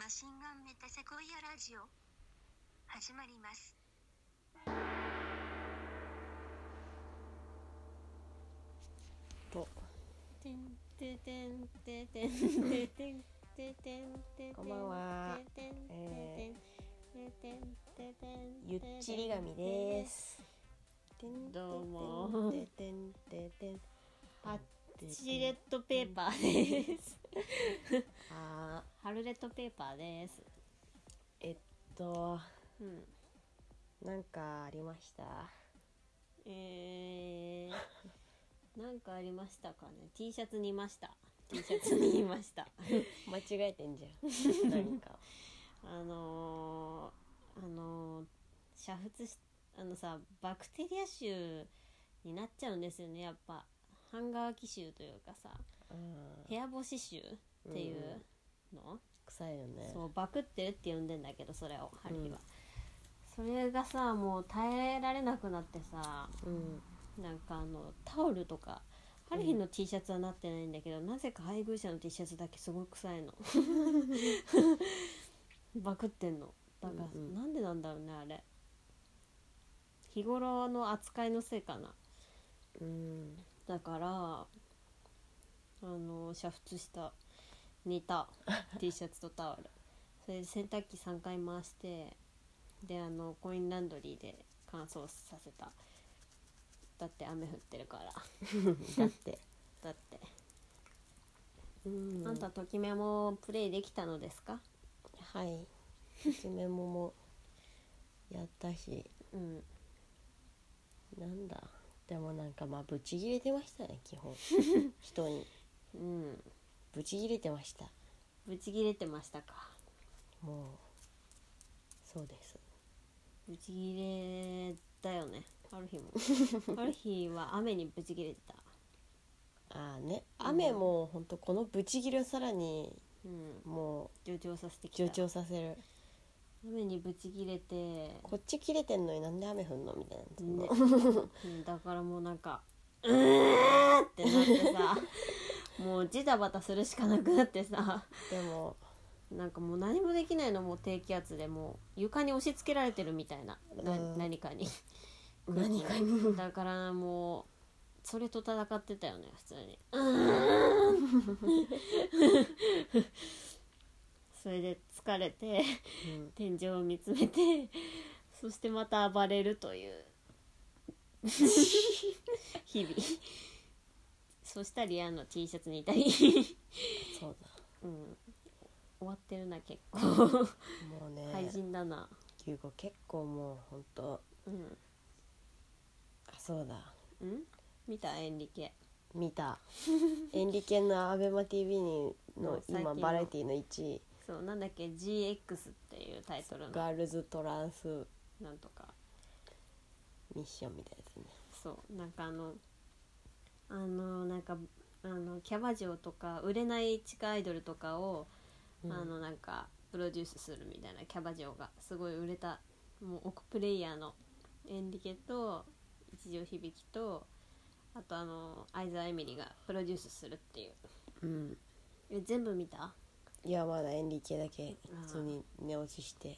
マシンガンメタセコイアラジオ始まります。 とてんててんててんててんててんててんこんばんは。ゆっちり神です。 どうもててんててんシレットペーパーですあハルレットペーパーです。 なんかありました？ なんかありましたかね。 T シャツにいました。 T シャツにいました間違えてんじゃん何か煮沸しバクテリア臭になっちゃうんですよね。やっぱハンガーキ臭というかさ、部屋干し臭っていうの、 臭いよね。 そうバクってるって呼んでんだけど、それをハリーは、それがさもう耐えられなくなってさ、なんかタオルとかハリーの T シャツはなってないんだけど、なぜか配偶者の T シャツだけすごい臭いのバクってんのだから、なんでなんだろうねあれ。日頃の扱いのせいかな。だから煮沸した煮たT シャツとタオルそれで洗濯機3回回して、でコインランドリーで乾燥させた。だって雨降ってるからだってあんたときメモプレイできたのですか？ はい、ときメモもやったし、なんだでもなんかまあブチギレてましたね基本人にブチギレてました。 ブチギレてましたか。 もうそうです。 ブチギレだよね。ある日もある日は雨にブチギレてた。 雨もほんとこのブチギレをさらに、もう助長させてきた。 助長させる。 雨にブチギレてこっち切れてんのになんで雨降んのみたいな、 だからもうなんかってなってさもうジタバタするしかなくなってさ、 でもなんかもう何もできないの。もう低気圧でもう床に押し付けられてるみたいな、何かにだからもうそれと戦ってたよね普通にそれで疲れて、天井を見つめて、そしてまた暴れるという日々。そしたらリアンの T シャツにいたりそうだ、 終わってるな結構もうね廃人だな。 キューゴ結構もうほんと、そうだ、 見た？エンリケ見たエンリケのアベマ TV の今バラエティの1位、 そうなんだっけ GX っていうタイトルのガールズトランスなんとかミッションみたいなやつね。 そうなんかなんかキャバ嬢とか売れない地下アイドルとかを、なんかプロデュースするみたいな。キャバ嬢がすごい売れたもう億プレイヤーのエンリケと一条響とあと相沢エミリがプロデュースするっていう、全部見た？ いやまだエンリケだけ普通に寝落ちして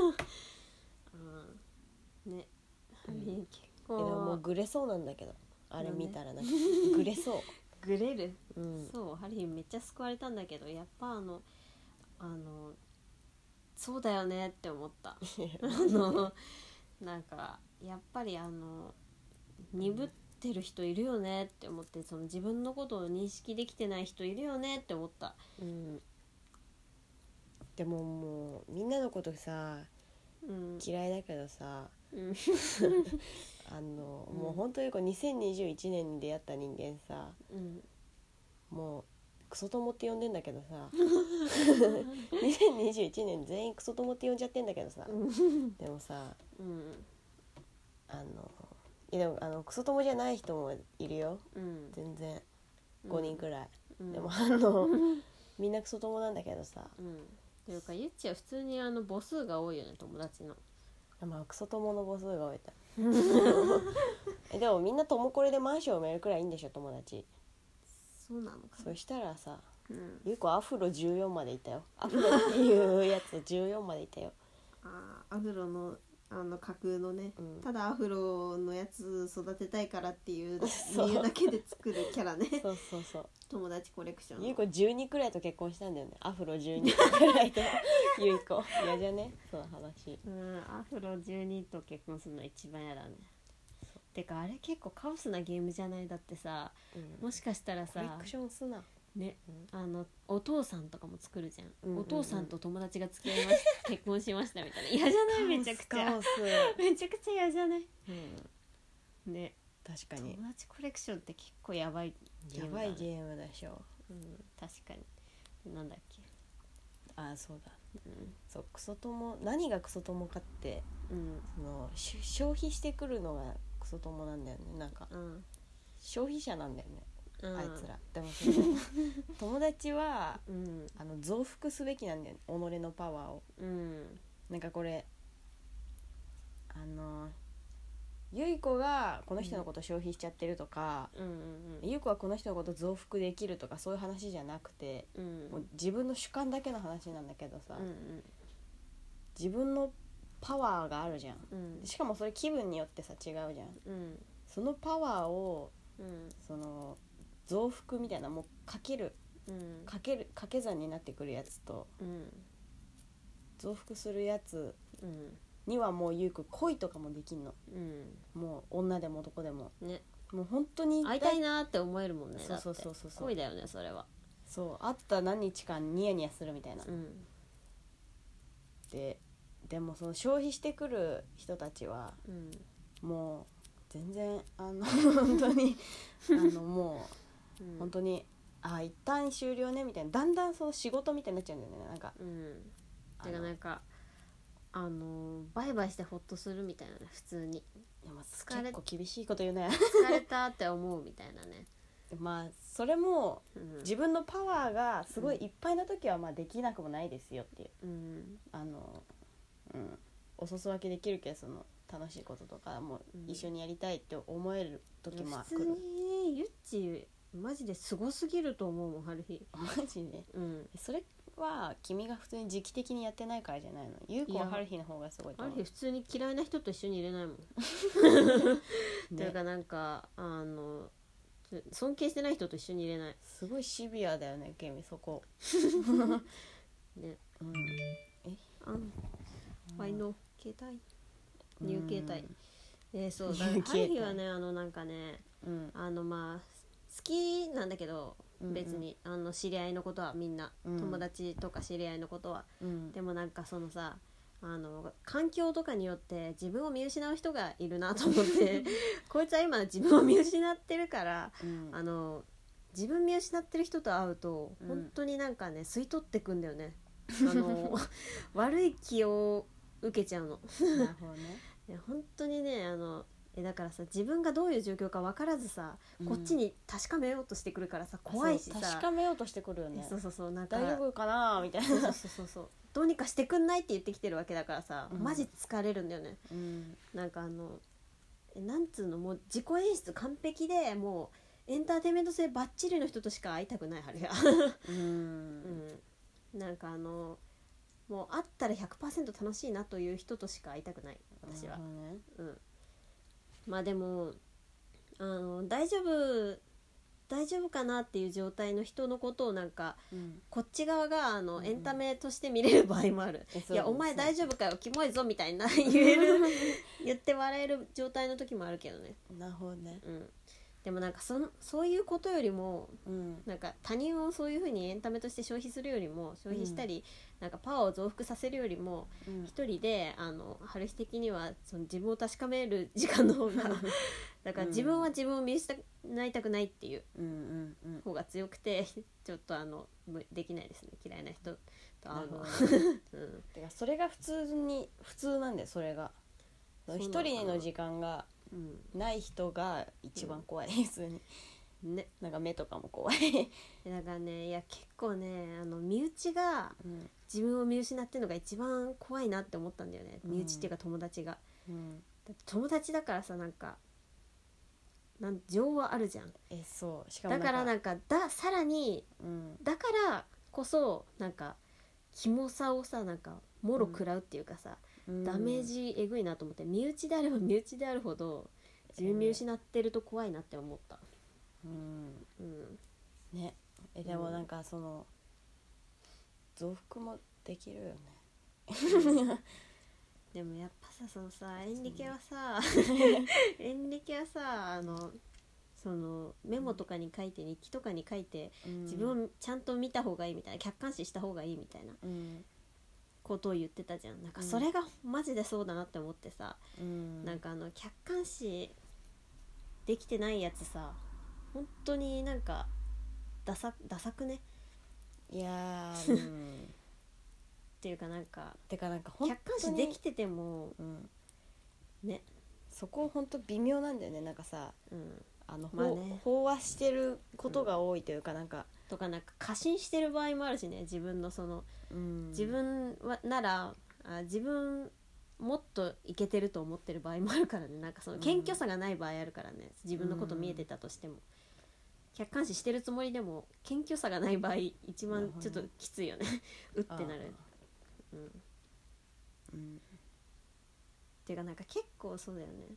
ね、結でもも構うグレそうなんだけど、あれ見たらなんかグレそうグレる、そうハリーめっちゃ救われたんだけど、やっぱそうだよねって思ったなんかやっぱり鈍ってる人いるよねって思って、その自分のことを認識できてない人いるよねって思った。 でももうみんなのことさ、嫌いだけどさ、もう本当に2021年に出会った人間さ、もうクソ友って呼んでんだけどさ2021年全員クソ友って呼んじゃってんだけどさでもさ、いやでもクソ友じゃない人もいるよ、全然5人くらい、でもみんなクソ友なんだけどさ、 というかゆっちは普通に母数が多いよね、友達の。 まあクソ友の母数が多いでもみんな友コレでマンションを埋めるくらいいいんでしょ友達。 そうなのかな。 そしたらさ、 ゆうこアフロ14までいたよ。アフロっていうやつ14までいたよ。 アフロの架空のね、ただアフロのやつ育てたいからっていう理由だけで作るキャラね。 そう友達コレクションのゆいこ12くらいと結婚したんだよね。アフロ12くらいとゆいこ嫌じゃねその話。 アフロ12と結婚するの一番嫌だね。てかあれ結構カオスなゲームじゃない？だってさ、もしかしたらさコレクションすなね、お父さんとかも作るじゃん、お父さんと友達が付き合いました結婚しましたみたいな嫌じゃない？めちゃくちゃめちゃくちゃ嫌じゃない？ね、 確かに友達コレクションって結構やばいゲームだね。やばいゲームでしょ。 確かに。なんだっけ、 そうだ、そうクソ友、何がクソ友かって、その消費してくるのがクソ友なんだよね。なんか、消費者なんだよね、あいつら。でもその友達は、増幅すべきなんだよね、己のパワーを。なんかこれゆい子がこの人のこと消費しちゃってるとか、ゆい子はこの人のこと増幅できるとかそういう話じゃなくて、もう自分の主観だけの話なんだけどさ、自分のパワーがあるじゃん、しかもそれ気分によってさ違うじゃん、そのパワーを、その増幅みたいな、もうかけ算になってくるやつと、増幅するやつにはもうゆうく恋とかもできんの、もう女でも男でも、ね、もう本当に会いたいなって思えるもんね。 そう恋だよねそれは。 そう会った何日間ニヤニヤするみたいな、でもその消費してくる人たちは、もう全然本当にもう、本当に一旦終了ねみたいな、だんだんその仕事みたいになっちゃうんだよね。なんか、 てかなんかバイバイしてホッとするみたいなね、普通に。 いや、結構厳しいこと言うね。 疲れたって思うみたいなね。 それも、自分のパワーがすごいいっぱいの時はできなくもないですよっていう、お裾分けできるけど、その楽しいこととかも一緒にやりたいって思える時も普通にゆっちマジですごすぎると思うもん、春日。 マジで、それは君が普通に時期的にやってないからじゃないの？ゆう子は春日の方がすごいと思う。 春日普通に嫌いな人と一緒にいれないもんというかなんか尊敬してない人と一緒にいれない。 すごいシビアだよね君そこね、ワイの携帯ニュー携帯、そうだから春日はねなんかね、好きなんだけど、別に知り合いのことはみんな、友達とか知り合いのことは、でもなんかそのさ、環境とかによって自分を見失う人がいるなと思ってこいつは今自分を見失ってるから、自分見失ってる人と会うと、本当になんかね吸い取ってくんだよね悪い気を受けちゃうのなるほどね。 いや本当にねだからさ、自分がどういう状況か分からずさ、こっちに確かめようとしてくるからさ、怖いしさ、 確かめようとしてくるよね。 そうなんか大丈夫かなみたいな。 そうどうにかしてくんないって言ってきてるわけだからさ、マジ疲れるんだよね、なんかなんつうの、もう自己演出完璧で、もうエンターテインメント性バッチリの人としか会いたくない、春がなんかもう会ったら 100% 楽しいなという人としか会いたくない私は、でも大丈夫かなっていう状態の人のことをなんか、こっち側がエンタメとして見れる場合もある、いやお前大丈夫かよキモいぞみたいな言って笑える状態の時もあるけどね。 なるほどね、 でもなんかそういうことよりも、なんか他人をそういう風にエンタメとして消費するよりも、消費したり、なんかパワーを増幅させるよりも、一人で春日的にはその自分を確かめる時間の方がだから自分は自分を見失いたくないっていう方が強くて、ちょっとできないですね、嫌いな人と会うのはてかそれが普通なんだよ。それが一人の時間がない人が一番怖い、普通にね。なんか目とかも怖いだからね、いや結構ね身内が自分を見失ってるのが一番怖いなって思ったんだよね、身内っていうか友達が、だって友達だからさ、なんか情はあるじゃん。 そうしかもだからなんかさらに、だからこそなんかキモさをさなんかもろ食らうっていうかさ、ダメージえぐいなと思って、身内であれば身内であるほど自分見失ってると怖いなって思った。 ね。でもなんかその増幅もできるよね。 でもやっぱさそのさエンリケはさそのメモとかに書いて日記とかに書いて、自分をちゃんと見た方がいいみたいな、客観視した方がいいみたいなことを言ってたじゃん。なんかそれがマジでそうだなって思ってさ、なんか客観視できてないやつさ本当になんかダサくね。 いやっていうかなんか客観視できてても、ね、 そこ本当微妙なんだよね。なんかさ、 まあね、 飽和してることが多いというか、なんかなんか過信してる場合もあるしね。自分のその、自分はなら自分もっといけてると思ってる場合もあるからね。なんかその謙虚さがない場合あるからね。自分のこと見えてたとしても、客観視してるつもりでも謙虚さがない場合一番ちょっときついよね。うってなる。っていうかなんか結構そうだよね。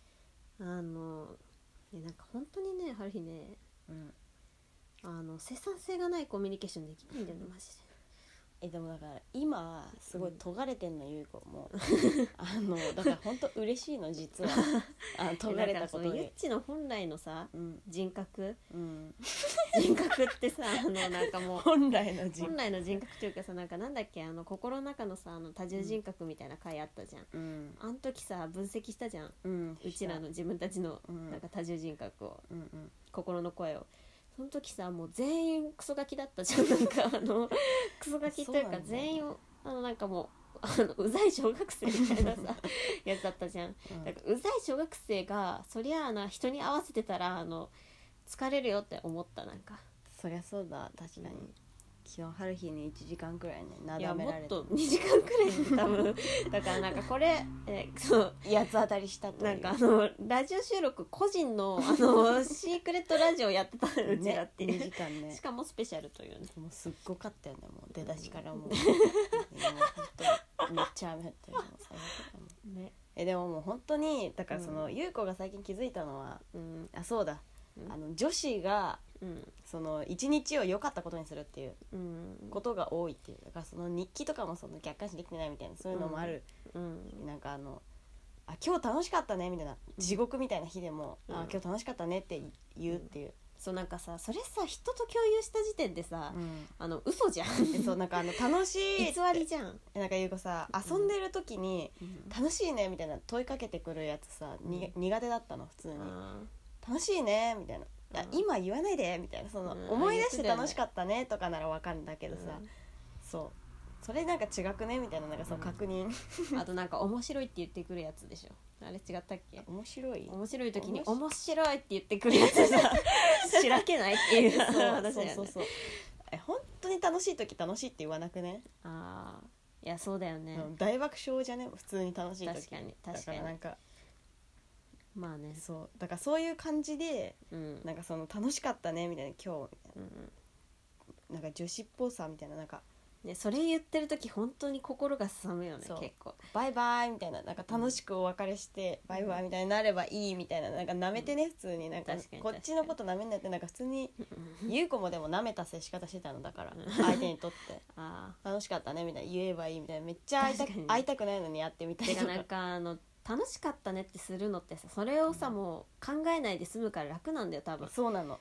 なんか本当にね、春日ね、生産性がないコミュニケーションできないんだよねマジで。 でもだから今すごい尖れてんの、ゆうこもだから本当嬉しいの実は尖れたことで。 ゆっちの本来のさ、人格ってさなんかもう本来の人格というかさ、なんだっけ心の中のさ多重人格みたいな回あったじゃん。あの時さ分析したじゃん、うちらの自分たちのなんか多重人格を、心の声を。その時さもう全員クソガキだったじゃん。なんかクソガキというか全員なんかもううざい小学生みたいなさやつだったじゃん。だからうざい小学生がそりゃ人に合わせてたら疲れるよって思った。なんかそりゃそうだ、確かに、昨日春日に1時間くらいねなだめられた。 いやもっと2時間くらいで多分だからなんかこれそう八つ当たりしたという。 なんかラジオ収録個人のシークレットラジオやってたうちらっていう、 2時間ね。 しかもスペシャルというね。 もうすっごかったよね。もう出だしからもうもう本当にめっちゃ雨降ってるの最悪だもんね。でももう本当にだからその、優子が最近気づいたのは、そうだ、女子がその一日を良かったことにするっていうことが多いっていう。だからその日記とかもその客観視できてないみたいな、そういうのもある、なんか今日楽しかったねみたいな、地獄みたいな日でも、今日楽しかったねって言うっていう。 そうなんかさそれさ人と共有した時点でさ、嘘じゃん。 そうなんか楽しい偽りじゃん。 なんかゆう子さ遊んでる時に、楽しいねみたいな問いかけてくるやつさ、苦手だったの普通に。楽しいねみたいな、今言わないでみたいな、その、思い出して楽しかったねとかならわかるんだけどさ、それなんか違くねみたいな、なんかその確認、 あとなんか面白いって言ってくるやつでしょ。あれ違ったっけ。 面白い時に面白いって言ってくるやつさしらけないっていう話だよね。 そう本当に楽しい時楽しいって言わなくね。 いやそうだよね、 大爆笑じゃね普通に楽しい時。 確かにだからなんかまあね、 そうだからそういう感じで、なんかその楽しかったねみたいな、今日みたいな、なんか女子っぽさみたいな、なんかね、それ言ってる時本当に心がすさむよね。結構バイバイみたいな、なんか楽しくお別れして、バイバイみたいになればいいみたいな、なんか舐めてね、普通になんかこっちのこと舐めんなって、なんか普通に優子もでも舐めた接し方してたのだから相手にとって楽しかったねみたいな言えばいいみたいな、めっちゃ会いたくないのにやってみたいとか。 なんか楽しかったねってするのってさ、それをさ、もう考えないで済むから楽なんだよ多分。 そうなの、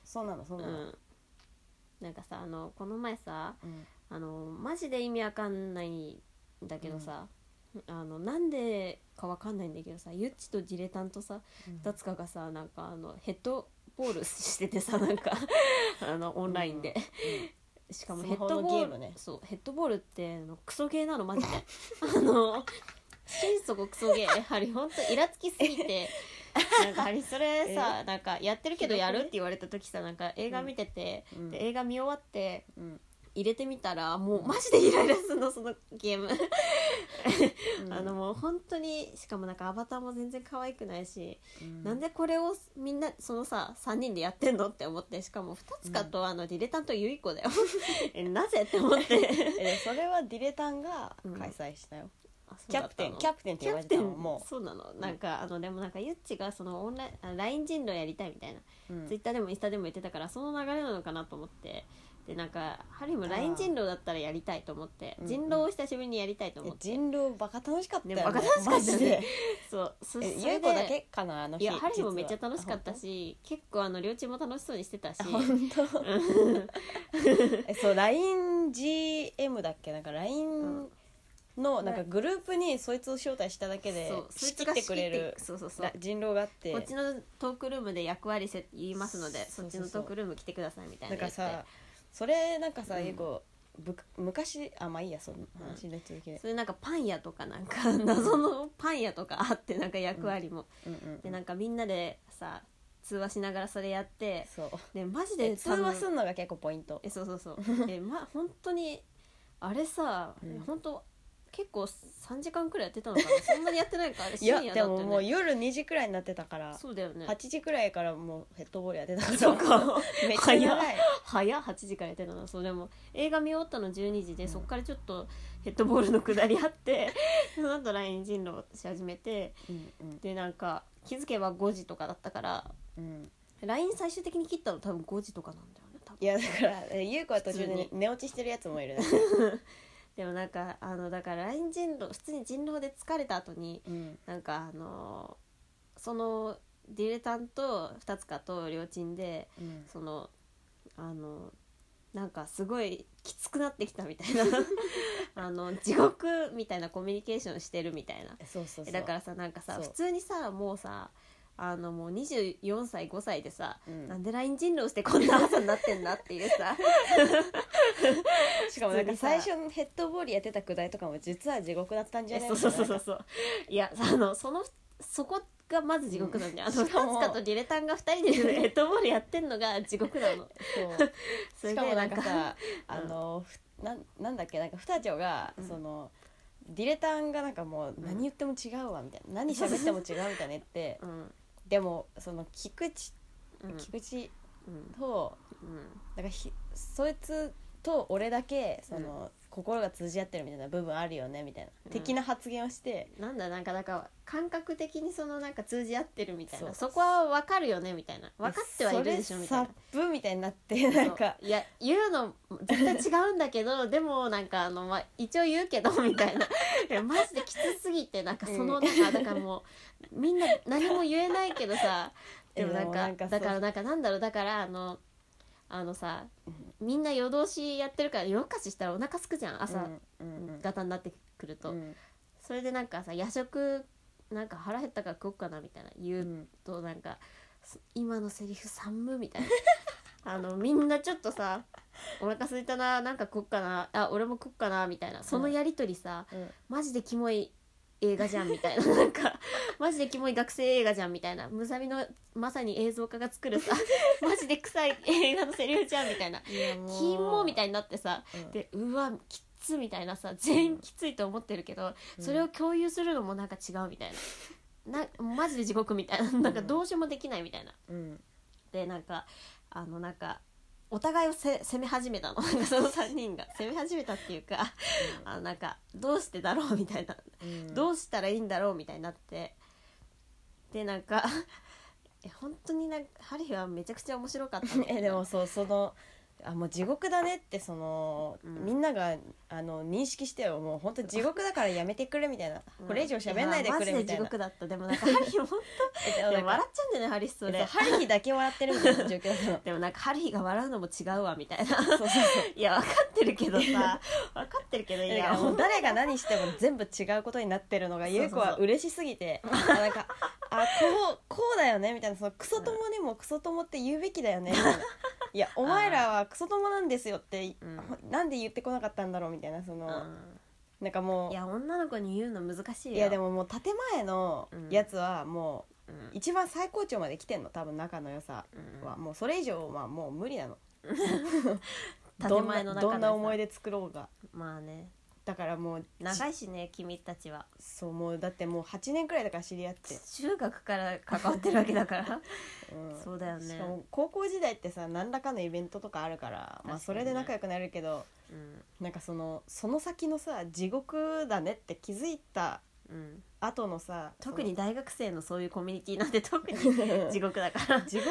なんかさこの前さ、マジで意味わかんないんだけどさ、なんでかわかんないんだけどさ、ゆっちとジレタンとさ、ダツカがさ、なんかヘッドボールしててさ、なんかオンラインで、しかもヘッドボール、そうヘッドボールってクソゲーなのマジで心底クソゲー。やはりほんとイラつきすぎてなんかそれさ、なんかやってるけどやるって言われた時さ、なんか映画見てて、で映画見終わって、 入れてみたらもうマジでイライラするのそのゲームもう本当にしかもなんかアバターも全然可愛くないし、なんでこれをみんなそのさ3人でやってんのって思って、しかも2つかとディレタンとユイコだよなぜって思ってそれはディレタンが開催したよ、キャプテンって言われたのもそうなの、なんかでもなんかゆっちがそのオンラインLINE 人狼やりたいみたいな、ツイッターでもインスタでも言ってたから、その流れなのかなと思って、でなんかハリーも LINE 人狼だったらやりたいと思って、人狼を久しぶりにやりたいと思って、 人狼バカ楽しかったよね、 バカ楽しかったよねそうゆうこだけかな日。 いやハリーもめっちゃ楽しかったし、結構両チームも楽しそうにしてたし本当そう LINEGM だっけ、なんか LINE、のなんかグループにそいつを招待しただけで仕切ってくれる人狼があって、 こっちのトークルームで役割言いますので、そっちのトークルーム来てくださいみたいな。 なんかさそれなんかさ、結構昔まあいいや、その話で続ける、 それなんかパン屋とかなんか謎のパン屋とかあって、なんか役割も、でなんかみんなでさ通話しながらそれやって、でマジで通話すんのが結構ポイント。 そう本当にあれさ、本当結構3時間くらいやってたのかなそんなにやってないかあれ深夜だったよね。 いやでももう夜2時くらいになってたから、 そうだよね、 8時くらいからもうヘッドボールやってたから、 そうかめっちゃ長い早8時からやってたの。そうでも映画見終わったの12時で、そっからちょっとヘッドボールの下りあってその後 LINE 人狼し始めて、でなんか気づけば5時とかだったから、LINE 最終的に切ったの多分5時とかなんだよね多分。 いやだから優子は途中で寝落ちしてるやつもいるねでもなんかだから LINE 人狼普通に人狼で疲れた後に、なんかそのディレタンと2つかと両チンで、そのなんかすごいきつくなってきたみたいな地獄みたいなコミュニケーションしてるみたいな。 そうだからさなんかさ普通にさもうさもう24歳5歳でさ、なんで LINE 人狼してこんな朝になってんだっていうさしかもなんか最初のヘッドボールやってたくだりとかも実は地獄だったんじゃないのかな。 そういやそこがまず地獄なんだよ。2つかとディレタンが2人でヘッドボールやってんのが地獄なのそうしかもなんかさなんだっけ、なんか二丁が、そのディレタンがなんかもう何言っても違うわみたいな、何喋っても違うみたいな言って、でもその菊池と、なんかそいつと俺だけその、心が通じ合ってるみたいな部分あるよねみたいな、的な発言をして、 なんか感覚的にそのなんか通じ合ってるみたいな、そこは分かるよねみたいな、分かってはいるでしょみたいな、 サップみたいになって、なんかいや言うの絶対違うんだけどでもなんか一応言うけどみたいな、いやマジできつすぎて、なんかそのなんかだからもうみんな何も言えないけどさ、でもなんかだからなんかなんだろう、だからさ、みんな夜通しやってるから夜更かししたらお腹すくじゃん、朝方になってくると、それでなんかさ夜食なんか腹減ったから食おうかなみたいな言うと、なんか今のセリフ寒みたいなみんなちょっとさお腹すいたな、なんか食おうかな、俺も食おうかなみたいな、そのやりとりさ、マジでキモい映画じゃんみたいななんかマジでキモい学生映画じゃんみたいな、ムサビのまさに映像化が作るさマジで臭い映画のセリフじゃんみたいな、キモみたいになってさ、でうわきつみたいなさ、全員きついと思ってるけど、それを共有するのもなんか違うみたいな、マジで地獄みたいな、なんかどうしようもできないみたいな、でなんかなんかお互いを責め始めたのなんかその3人が責め始めたっていうかなんかどうしてだろうみたいな、どうしたらいいんだろうみたいになって、でなんか本当になんかハリーはめちゃくちゃ面白かったのでもそのもう地獄だねってその、みんなが認識してよ、もう本当地獄だからやめてくれみたいな、これ以上喋んないでくれみたいな、 マジで地獄だった。でもなんかハリー本当でも笑っちゃうんだよねハリーそれ、 ハリーだけ笑ってるみたいな状況だったのでもなんかハリーが笑うのも違うわみたいないや分かってるけどさ分かってるけど、いやもう誰が何しても全部違うことになってるのが優子は嬉しすぎて、なんかこうだよねみたいな、そのクソ友にもクソ友って言うべきだよねみたいな、いやお前らはクソ友なんですよって、なんで言ってこなかったんだろうみたいな、その、なんかもう、 いや女の子に言うの難しいよ。 いやでももう建前のやつはもう、一番最高潮まで来てんの多分、仲の良さは、もうそれ以上はもう無理なの建前の中でさどんな思い出作ろうが。 まあね、 だからもう長いしね君たちは。 そうもうだってもう8年くらいだから知り合って中学から関わってるわけだから、 うん、 そうだよね。 しかも高校時代ってさ何らかのイベントとかあるから、まあ、それで仲良くなるけど、なんかその先のさ地獄だねって気づいた後のさ、 特に大学生のそういうコミュニティなんて特に地獄だから地獄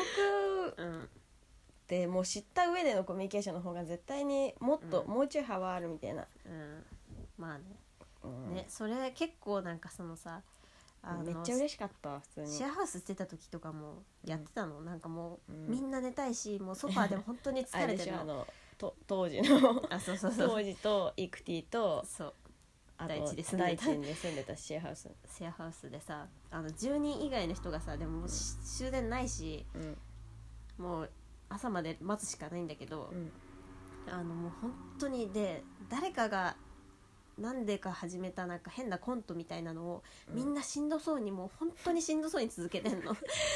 ってもう知った上でのコミュニケーションの方が絶対にもっと、もうちょい幅あるみたいな、 まあね、ね、それ結構なんかそのさめっちゃ嬉しかった普通に。 シェアハウスしてた時とかもやってたの、なんかもう、みんな寝たいしもうソファーでも本当に疲れてるの当時のそう当時とイクティとそうあと第一で住んでたシェアハウスでさ10人以外の人がさでももう終電ないし、もう朝まで待つしかないんだけど、もう本当にで誰かがなんでか始めたなんか変なコントみたいなのを、みんなしんどそうにもう本当にしんどそうに続けてんの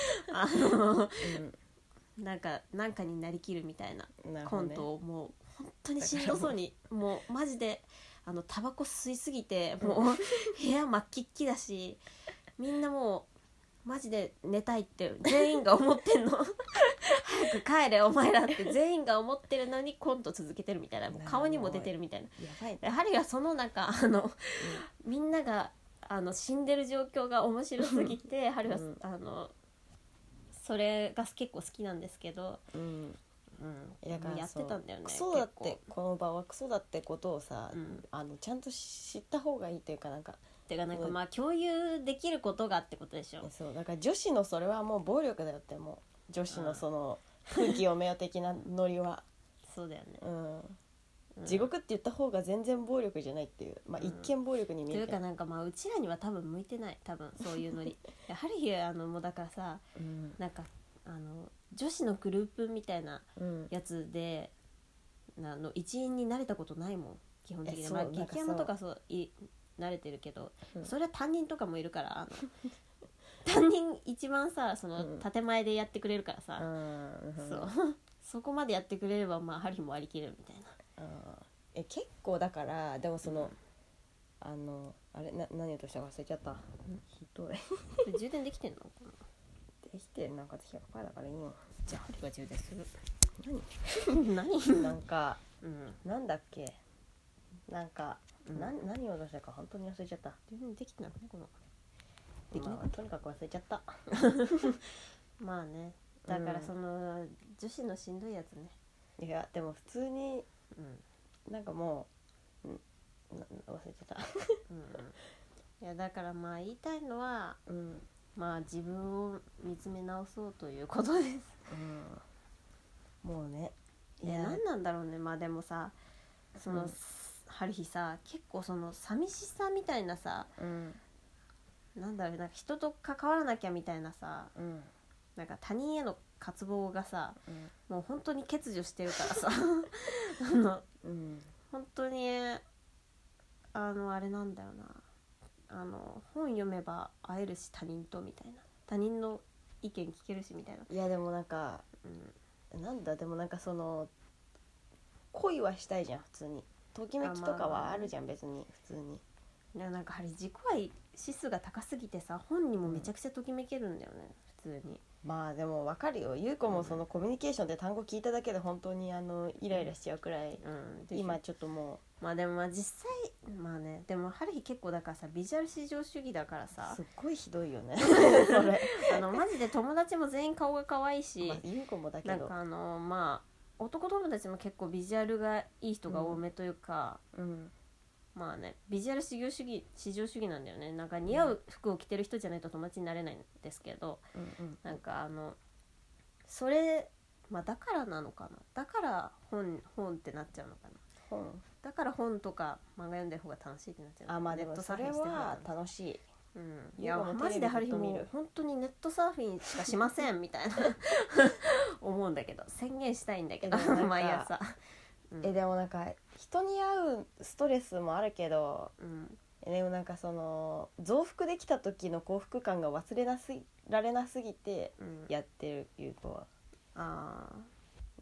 なんかになりきるみたいなコントをもう本当にしんどそうにもうマジでタバコ吸いすぎてもう部屋真っ黄っきだし、みんなもうマジで寝たいって全員が思ってんの早く帰れお前らって全員が思ってるのにコント続けてるみたいな、もう顔にも出てるみたいな。 やばいやはりそのなんかみんなが死んでる状況が面白すぎてハリは、それが結構好きなんですけど、だからやってたんだよね。 クソだってこの場はクソだってことをさ、ちゃんと知った方がいいというかなんかまあ共有できることがってことでしょ。 そうだから女子のそれはもう暴力だよって、もう女子のその空気読めよ的なノリはそうだよね、 地獄って言った方が全然暴力じゃないっていう、まあ一見暴力に見えるというかなんかまあうちらには多分向いてない、多分そういうノリハリーもうだからさ、なんか女子のグループみたいなやつで、一員になれたことないもん基本的に。まあ激山とか慣れてるけど、それは担任とかもいるから担任一番さその建前でやってくれるからさ、そこまでやってくれればまあハリーも割り切れるみたいな。 結構だからでもその、あれ何をとしたか忘れちゃった。ひどい充電できてんのできてなんか100%だからいいよ。 じゃあハリーが充電する。 何なんか、なんだっけなんか、何を出したか本当に忘れちゃった。 充電できてなくねこのできなかった、とにかく忘れちゃったまあね、だからその、女子のしんどいやつね。 いやでも普通に、なんかもう、忘れちゃったいやだからまあ言いたいのは、まあ自分を見つめ直そうということです、 もうねいや何なんだろうね。まあでもさその、ハリーさ結構その寂しさみたいなさ、なんだろう、なんか人と関わらなきゃみたいなさ、なんか他人への渇望がさ、もう本当に欠如してるからさ本当にあれなんだよな、本読めば会えるし他人とみたいな、他人の意見聞けるしみたいな。 いやでもなんか、なんだでもなんかその恋はしたいじゃん普通に。ときめきとかはあるじゃん、別に普通に。 いやなんか自己愛指数が高すぎてさ本にもめちゃくちゃときめけるんだよね、普通に。 まあでも分かるよ、ゆう子もそのコミュニケーションって単語聞いただけで本当にイライラしちゃうくらい、今ちょっともうまあでもまあ実際まあね、でもハリー結構だからさビジュアル至上主義だからさすっごいひどいよねそれマジで友達も全員顔が可愛いし、 ゆう子もだけどなんかまあ男友達も結構ビジュアルがいい人が多めというか、まあねビジュアル至上主義なんだよね。なんか似合う服を着てる人じゃないと友達になれないんですけど、なんかそれまあだからなのかな、だから本ってなっちゃうのかな。だから本とか漫画読んでる方が楽しいってなっちゃう。 まあでもそれは楽しい。 いやマジでハリーも本当にネットサーフィンしかしませんみたいな思うんだけど、宣言したいんだけど毎朝。 でもなんか人に会うストレスもあるけど、でもなんかその増幅できた時の幸福感が忘れられなすぎてやってるゆう子は。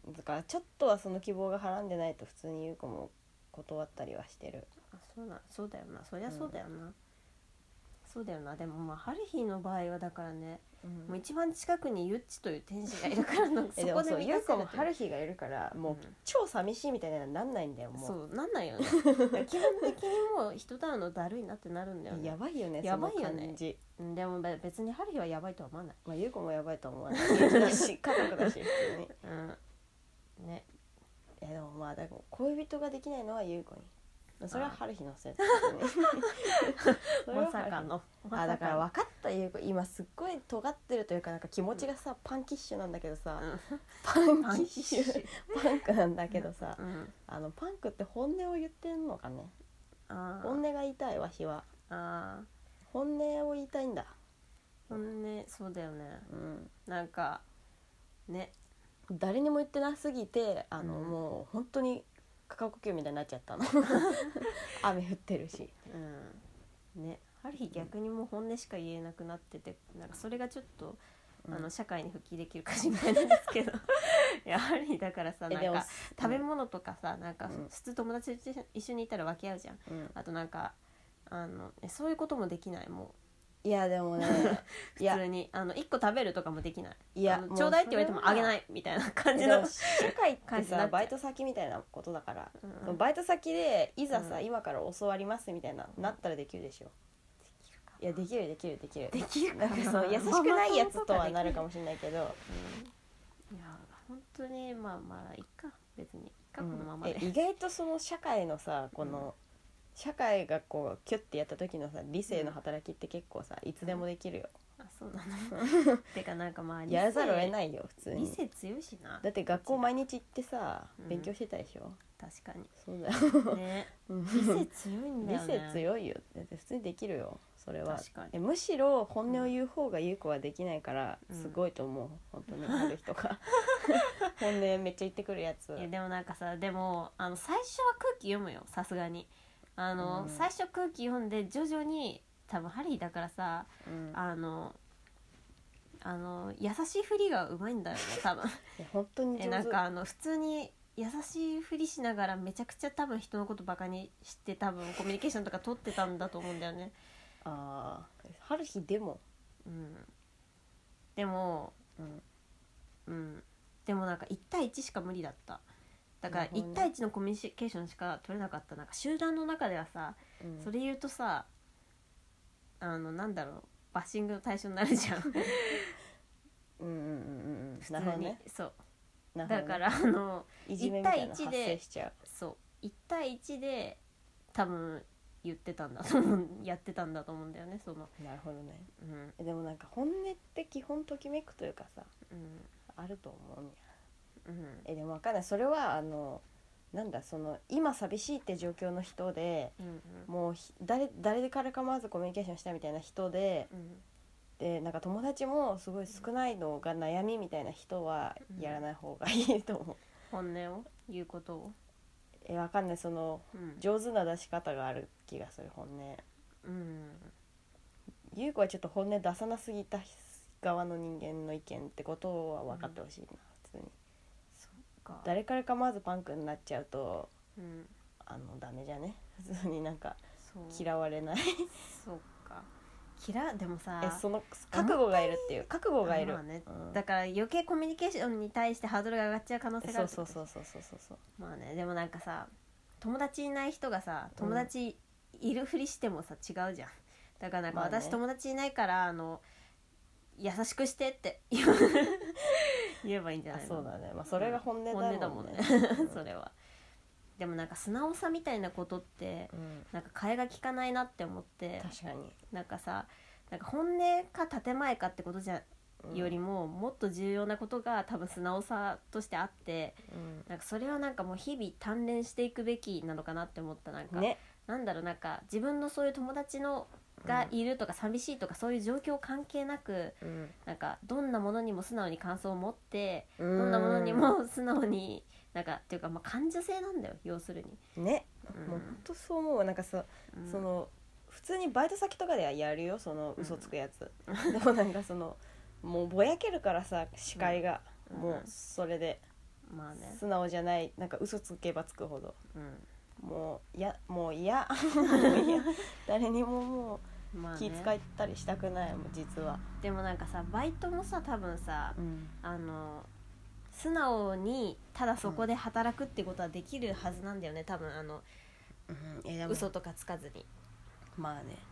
だからちょっとはその希望がはらんでないと普通に優子も断ったりはしてる。 そうだよな、そりゃそうだよな、そうだよな。でもまあ春日の場合はだからね、もう一番近くにゆっちという天使がいるからのそこで満た優子もされてる。 春日がいるからもう超寂しいみたいなのなんないんだよ。もうそうなんないよね基本的にもう人と会うのだるいなってなるんだよね。 やばいよね、 やばいよね、 その感じ。 でも別に春日はやばいとは思わない。 まあ優子もやばいと思わない家族だし普通にね。 でもまあでも恋人ができないのは優子に、それは春日のせいまさかのだから分かった優子今すっごい尖ってるというかなんか気持ちがさ、パンキッシュなんだけどさ、パンキッシュパンクなんだけどさ、パンクって本音を言ってんのかね。本音が言いたいわしは。本音を言いたいんだ。 本音そうだよね、なんかね誰にも言ってなすぎてもう本当にカカオ呼吸みたいになっちゃったの雨降ってるし、 ね。春日逆にもう本音しか言えなくなってて、なんかそれがちょっと社会に復帰できるか心配なんですけどいや春日だからさ、なんか食べ物とかさ、なんか普通友達と一緒にいたら分け合うじゃん、あとなんかそういうこともできない。もういやでもね普通に1個食べるとかもできない。 いやちょうだいって言われてもあげないみたいな感じの社会ってさバイト先みたいなことだから、バイト先でいざさ、今から教わりますみたいななったらできるでしょ。いやできるなんかそう優しくないやつとはなるかもしれないけど、いや本当にまあいっか、別にいっか、このままで。 意外とその社会のさこの、社会がこうキュッてやった時のさ理性の働きって結構さいつでもできるよ。 そうなのてかなんかまあやらざるを得ないよ普通に。 理性強いしな。 だって学校毎日行ってさ、勉強してたでしょ。 確かにそうだよね理性強いんだよね。 理性強いよ。だって普通にできるよそれは。 確かにむしろ本音を言う方が優子はできないからすごいと思う、本当にある人が本音めっちゃ言ってくるやつ。 でもなんかさ、でも最初は空気読むよさすがに。最初空気読んで徐々に多分ハリーだからさ、優しいふりがうまいんだよね多分本当に上手。 なんか普通に優しいふりしながらめちゃくちゃ多分人のことバカにして多分コミュニケーションとか取ってたんだと思うんだよね。 春日でもでもでもなんか1対1しか無理だった。だから1対1のコミュニケーションしか取れなかった。なんか集団の中ではさ、それ言うとさなんだろうバッシングの対象になるじゃん普通に、そうだからいじめみたいなの発生しちゃう。 そう1対1で多分言ってたんだと思うやってたんだと思うんだよねその。 なるほどね、でもなんか本音って基本ときめくというかさ、あると思うんや。でも分かんない。それはなんだその今寂しいって状況の人で、もう誰からかまずコミュニケーションしたいみたいな人で、でなんか友達もすごい少ないのが悩みみたいな人はやらない方がいいと思う。 本音を言うことを分かんない。その、上手な出し方がある気がする本音。優子はちょっと本音出さなすぎた側の人間の意見ってことは分かってほしいな、普通に。誰からかまずパンクになっちゃうと、ダメじゃね普通になんか嫌われないそうかでもさその覚悟がいるっていう覚悟がいる、 だから余計コミュニケーションに対してハードルが上がっちゃう可能性がある。 そうまあね。でもなんかさ友達いない人がさ友達いるふりしてもさ違うじゃん。だからなんか私友達いないから優しくしてって言えばいいんじゃないの。 そうだね、それが本音だもんねそれは。でもなんか素直さみたいなことって、なんか替えが利かないなって思って。 確かになんかさなんか本音か建前かってことよりも、もっと重要なことが多分素直さとしてあって、なんかそれはなんかもう日々鍛錬していくべきなのかなって思った。なんか、なんだろうなんか自分のそういう友達がいるとか寂しいとかそういう状況関係なく、なんかどんなものにも素直に感想を持って、どんなものにも素直になんかっていうか感受性なんだよ要するにね。もう本当そう思う。なんかその普通にバイト先とかではやるよその嘘つくやつ、でもなんかそのもうぼやけるからさ視界が、もうそれでまあね、 素直じゃない、なんか嘘つけばつくほど、もう嫌誰にももうまあね、 気遣ったりしたくないもん実は。 でもなんかさ、バイトもさ多分さ、素直にただそこで働くってことはできるはずなんだよね多分、 でも嘘とかつかずに。 まあね、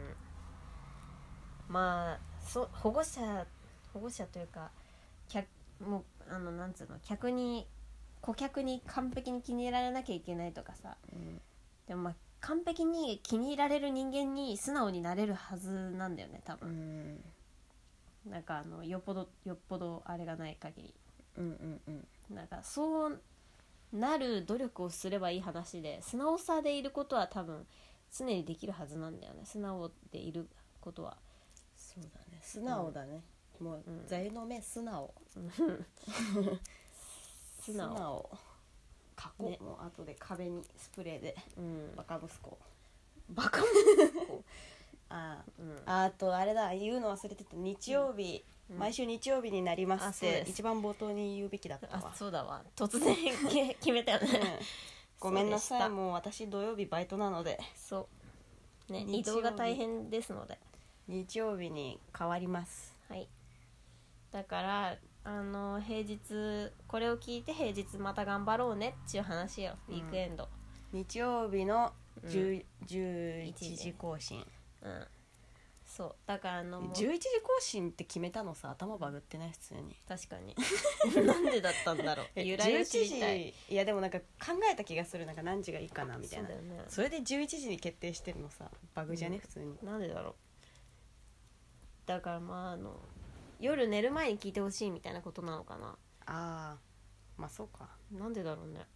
まあ保護者というかもうなんつうの、顧客に完璧に気に入られなきゃいけないとかさ、でもまあ完璧に気に入られる人間に素直になれるはずなんだよね多分、なんかよっぽどあれがない限り、なんかそうなる努力をすればいい話で、素直さでいることは多分常にできるはずなんだよね。素直でいることは。 そうだね、素直だね、もう座右の銘素直素直書こう、ね、もう後で壁にスプレーで、バカ息子あとあれだ、言うの忘れてた、日曜日、毎週日曜日になりますって一番冒頭に言うべきだったわ。 そうだわ、突然決めたよね、 ごめんなさい、もう私土曜日バイトなので、 そうね、移動が大変ですので日曜日に変わります。 はい、だから平日これを聞いて平日また頑張ろうねっていう話よ、ウィークエンド、 日曜日の11時更新、 そうだから 11時更新って決めたのさ、頭バグってない？普通に確かになんでだったんだろう由来を知りたい。 いやでもなんか考えた気がする、なんか何時がいいかなみたいな。 それで11時に決定してるのさ、バグじゃね、普通に。 なんでだろう。だからまあ夜寝る前に聞いてほしいみたいなことなのかな。 あまあそうか。 なんでだろうね。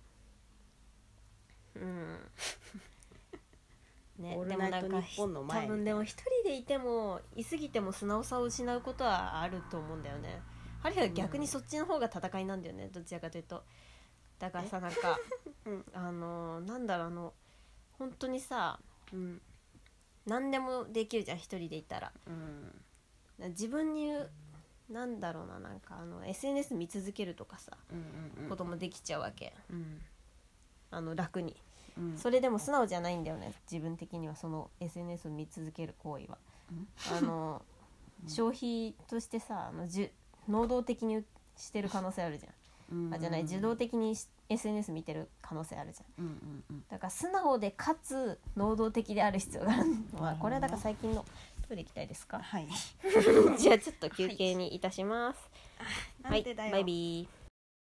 ね、 オールナイトニッポンの前に多分でも一人でいてもいすぎても素直さを失うことはあると思うんだよね。ハリーは逆にそっちの方が戦いなんだよね、どちらかというと。だからさ、なんか、なんだろう、本当にさ、何でもできるじゃん、一人でいたら。自分になんだろうな、なんかSNS 見続けるとかさ、こともできちゃうわけ、楽に、それでも素直じゃないんだよね、自分的には。その SNS を見続ける行為は、消費としてさ、能動的にしてる可能性あるじゃん、じゃない、自動的に SNS 見てる可能性あるじゃん、だから素直でかつ能動的である必要があるのは、これはだから最近のトイレ行きたいですか？ はいじゃあちょっと休憩にいたします。はい、バイビー。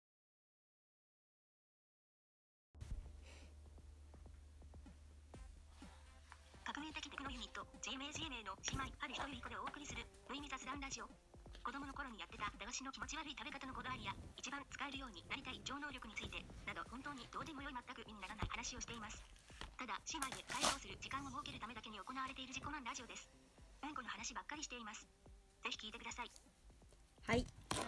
革命的テクノユニット JMAGMA の姉妹ある人ゆり子でお送りする無意味雑談ラジオ。子供の頃にやってた駄菓子の気持ち悪い食べ方のこだわりや、一番使えるようになりたい超能力についてなど、本当にどうでもよい、全く意味にならない話をしています。ただ姉妹で会話をする時間を設けるためだけに行われている自己満ラジオです。うんこの話ばっかりしています。ぜひ聞いてください。 はい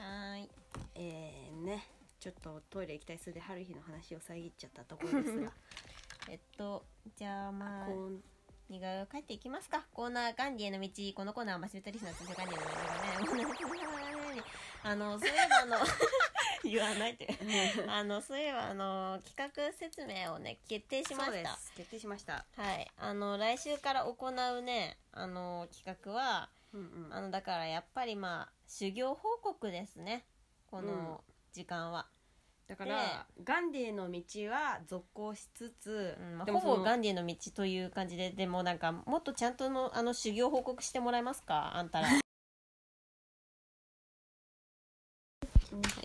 ね、ちょっとトイレ行きたい数で春日の話を遮っちゃったところですがじゃあまあ似顔絵を描いていきますか。コーナーガンディへの道。このコーナーはマシュタリスナー通称ガンディへの道がねそういえば言わないでそういえば企画説明をね決定しました。そうです、 決定しました。 はい、来週から行うね企画は、だからやっぱりまあ修行報告ですね、この時間は。 だからガンディの道は続行しつつ、 ほぼガンディの道という感じで、でもなんかもっとちゃんと修行報告してもらえますか、あんたらはい、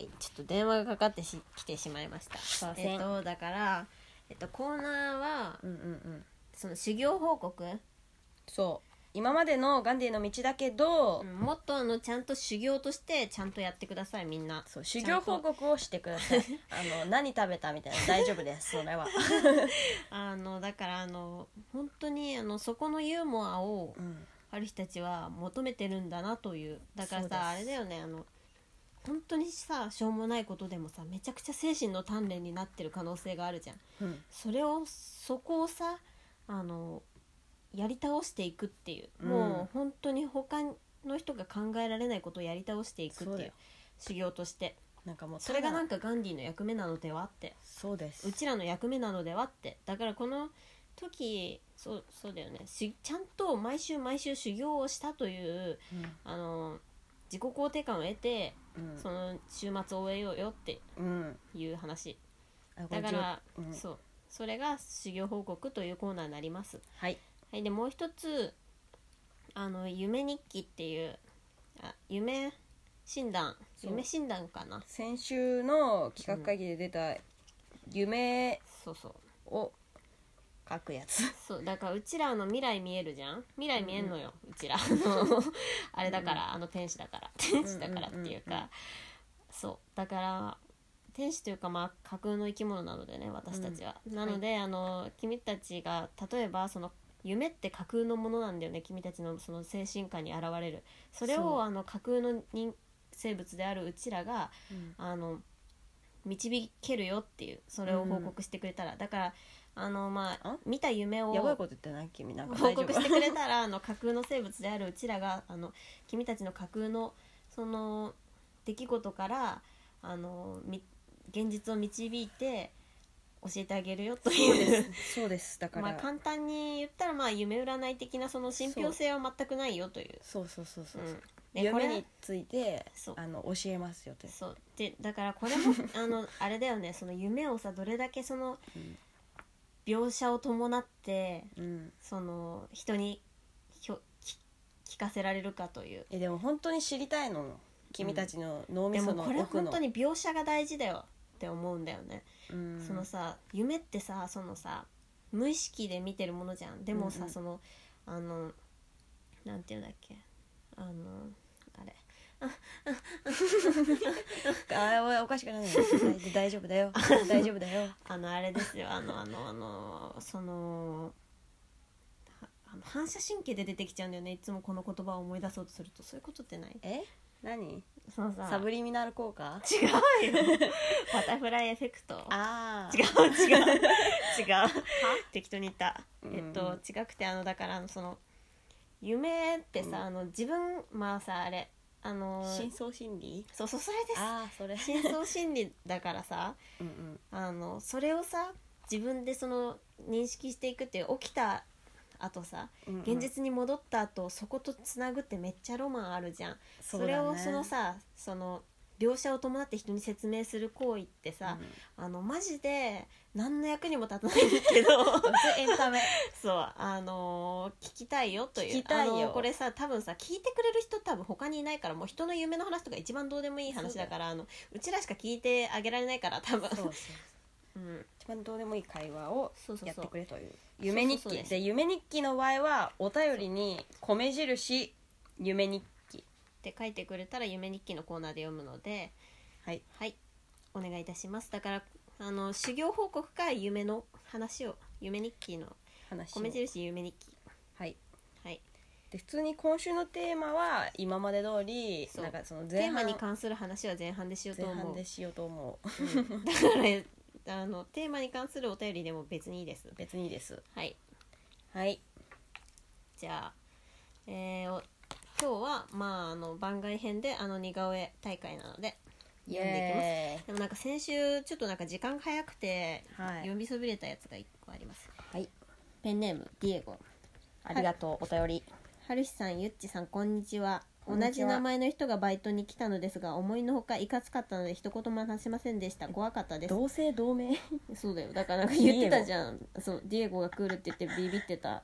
ちょっと電話がかかってきてしまいました。だからコーナーは、その修行報告、 そう今までのガンディの道だけど、 もっとちゃんと修行としてちゃんとやってください、みんな。 そう、修行報告をしてください何食べたみたいな大丈夫ですそれはだから本当にそこのユーモアを、ある人たちは求めてるんだなという。だからさ、あれだよね、本当にさしょうもないことでもさめちゃくちゃ精神の鍛錬になってる可能性があるじゃん、そこをさやり倒していくっていう、もう本当に他の人が考えられないことをやり倒していくっていう修行として。 なんかもうそれがなんかガンディの役目なのではって、 そうです、 うちらの役目なのではって。だからこの時そうだよね、ちゃんと毎週修行をしたという、自己肯定感を得て、その週末を終えようよっていう話、だから、それが修行報告というコーナーになります。 はい、 はい、でもう一つ夢日記っていう夢診断かな、 先週の企画会議で出た夢を書くやつ、 そうだからうちらの未来見えるじゃん、未来見えんのよ、うちらあれだから、天使だからっていうか、そうだから天使というか、まあ架空の生き物なのでね、私たちは、なので、君たちが例えばその夢って架空のものなんだよね、君たちのその精神下に現れる、それを架空の生物であるうちらが、導けるよっていう、それを報告してくれたら、だからまあ見た夢をやばいこと言ってない？君なんか報告してくれたら架空の生物であるうちらが君たちの架空のその出来事から現実を導いて教えてあげるよというそうですだから、 まあ簡単に言ったら、まあ夢占い的なその信憑性は全くないよという、 そう、夢について教えますよって。 そうで、だからこれもあれだよね、その夢をさどれだけその、描写を伴って、その人に聞かせられるかという。 でも本当に知りたいの、君たちの脳みその奥の。 でもこれ本当に描写が大事だよって思うんだよね。そのさ夢ってさ、そのさ無意識で見てるものじゃん。でもさ、そのなんていうんだっけ、あれおかしくない大丈夫だよ大丈夫だよあれですよ、その反射神経で出てきちゃうんだよね、いつもこの言葉を思い出そうとすると。そういうことってない？ 何？ そのさサブリミナル効果？ 違うよバタフライエフェクト。違う適当に言った。違くてだからその夢ってさ、自分まあさあれ深層心理？ そうそれです。 それ深層心理だからさそれをさ自分でその認識していくっていう、起きた後さ、現実に戻った後そことつなぐってめっちゃロマンあるじゃん。それをそのさ、その描写を伴って人に説明する行為ってさ、マジで何の役にも立たないんだけどエンタメそう聞きたいよという。 聞きたいよ。 これさ多分さ聞いてくれる人多分他にいないから、もう人の夢の話とか一番どうでもいい話だから、うちらしか聞いてあげられないから多分一番どうでもいい会話をやってくれという夢日記で、夢日記の場合はお便りに米印夢日記って書いてくれたら夢日記のコーナーで読むので、はいお願いいたします。だから修行報告か夢の話を、夢日記の米印夢日記。 で普通に今週のテーマは今まで通り、なんかそのテーマに関する話は前半でしようと思う。 だからテーマに関するお便りでも別にいいです。はいじゃあ、今日はまあ番外編で似顔絵大会なので読んでいきます。でもなんか先週ちょっとなんか時間が早くて、読みそびれたやつが1個あります。ペンネームディエゴ、 ありがとう。お便り。 はるしさん、ゆっちさん、こんにちは。同じ名前の人がバイトに来たのですが、思いのほかいかつかったので一言も話しませんでした。怖かったです。 同姓同名そうだよ、だからなんか言ってたじゃん。そうディエゴが来るって言ってビビってた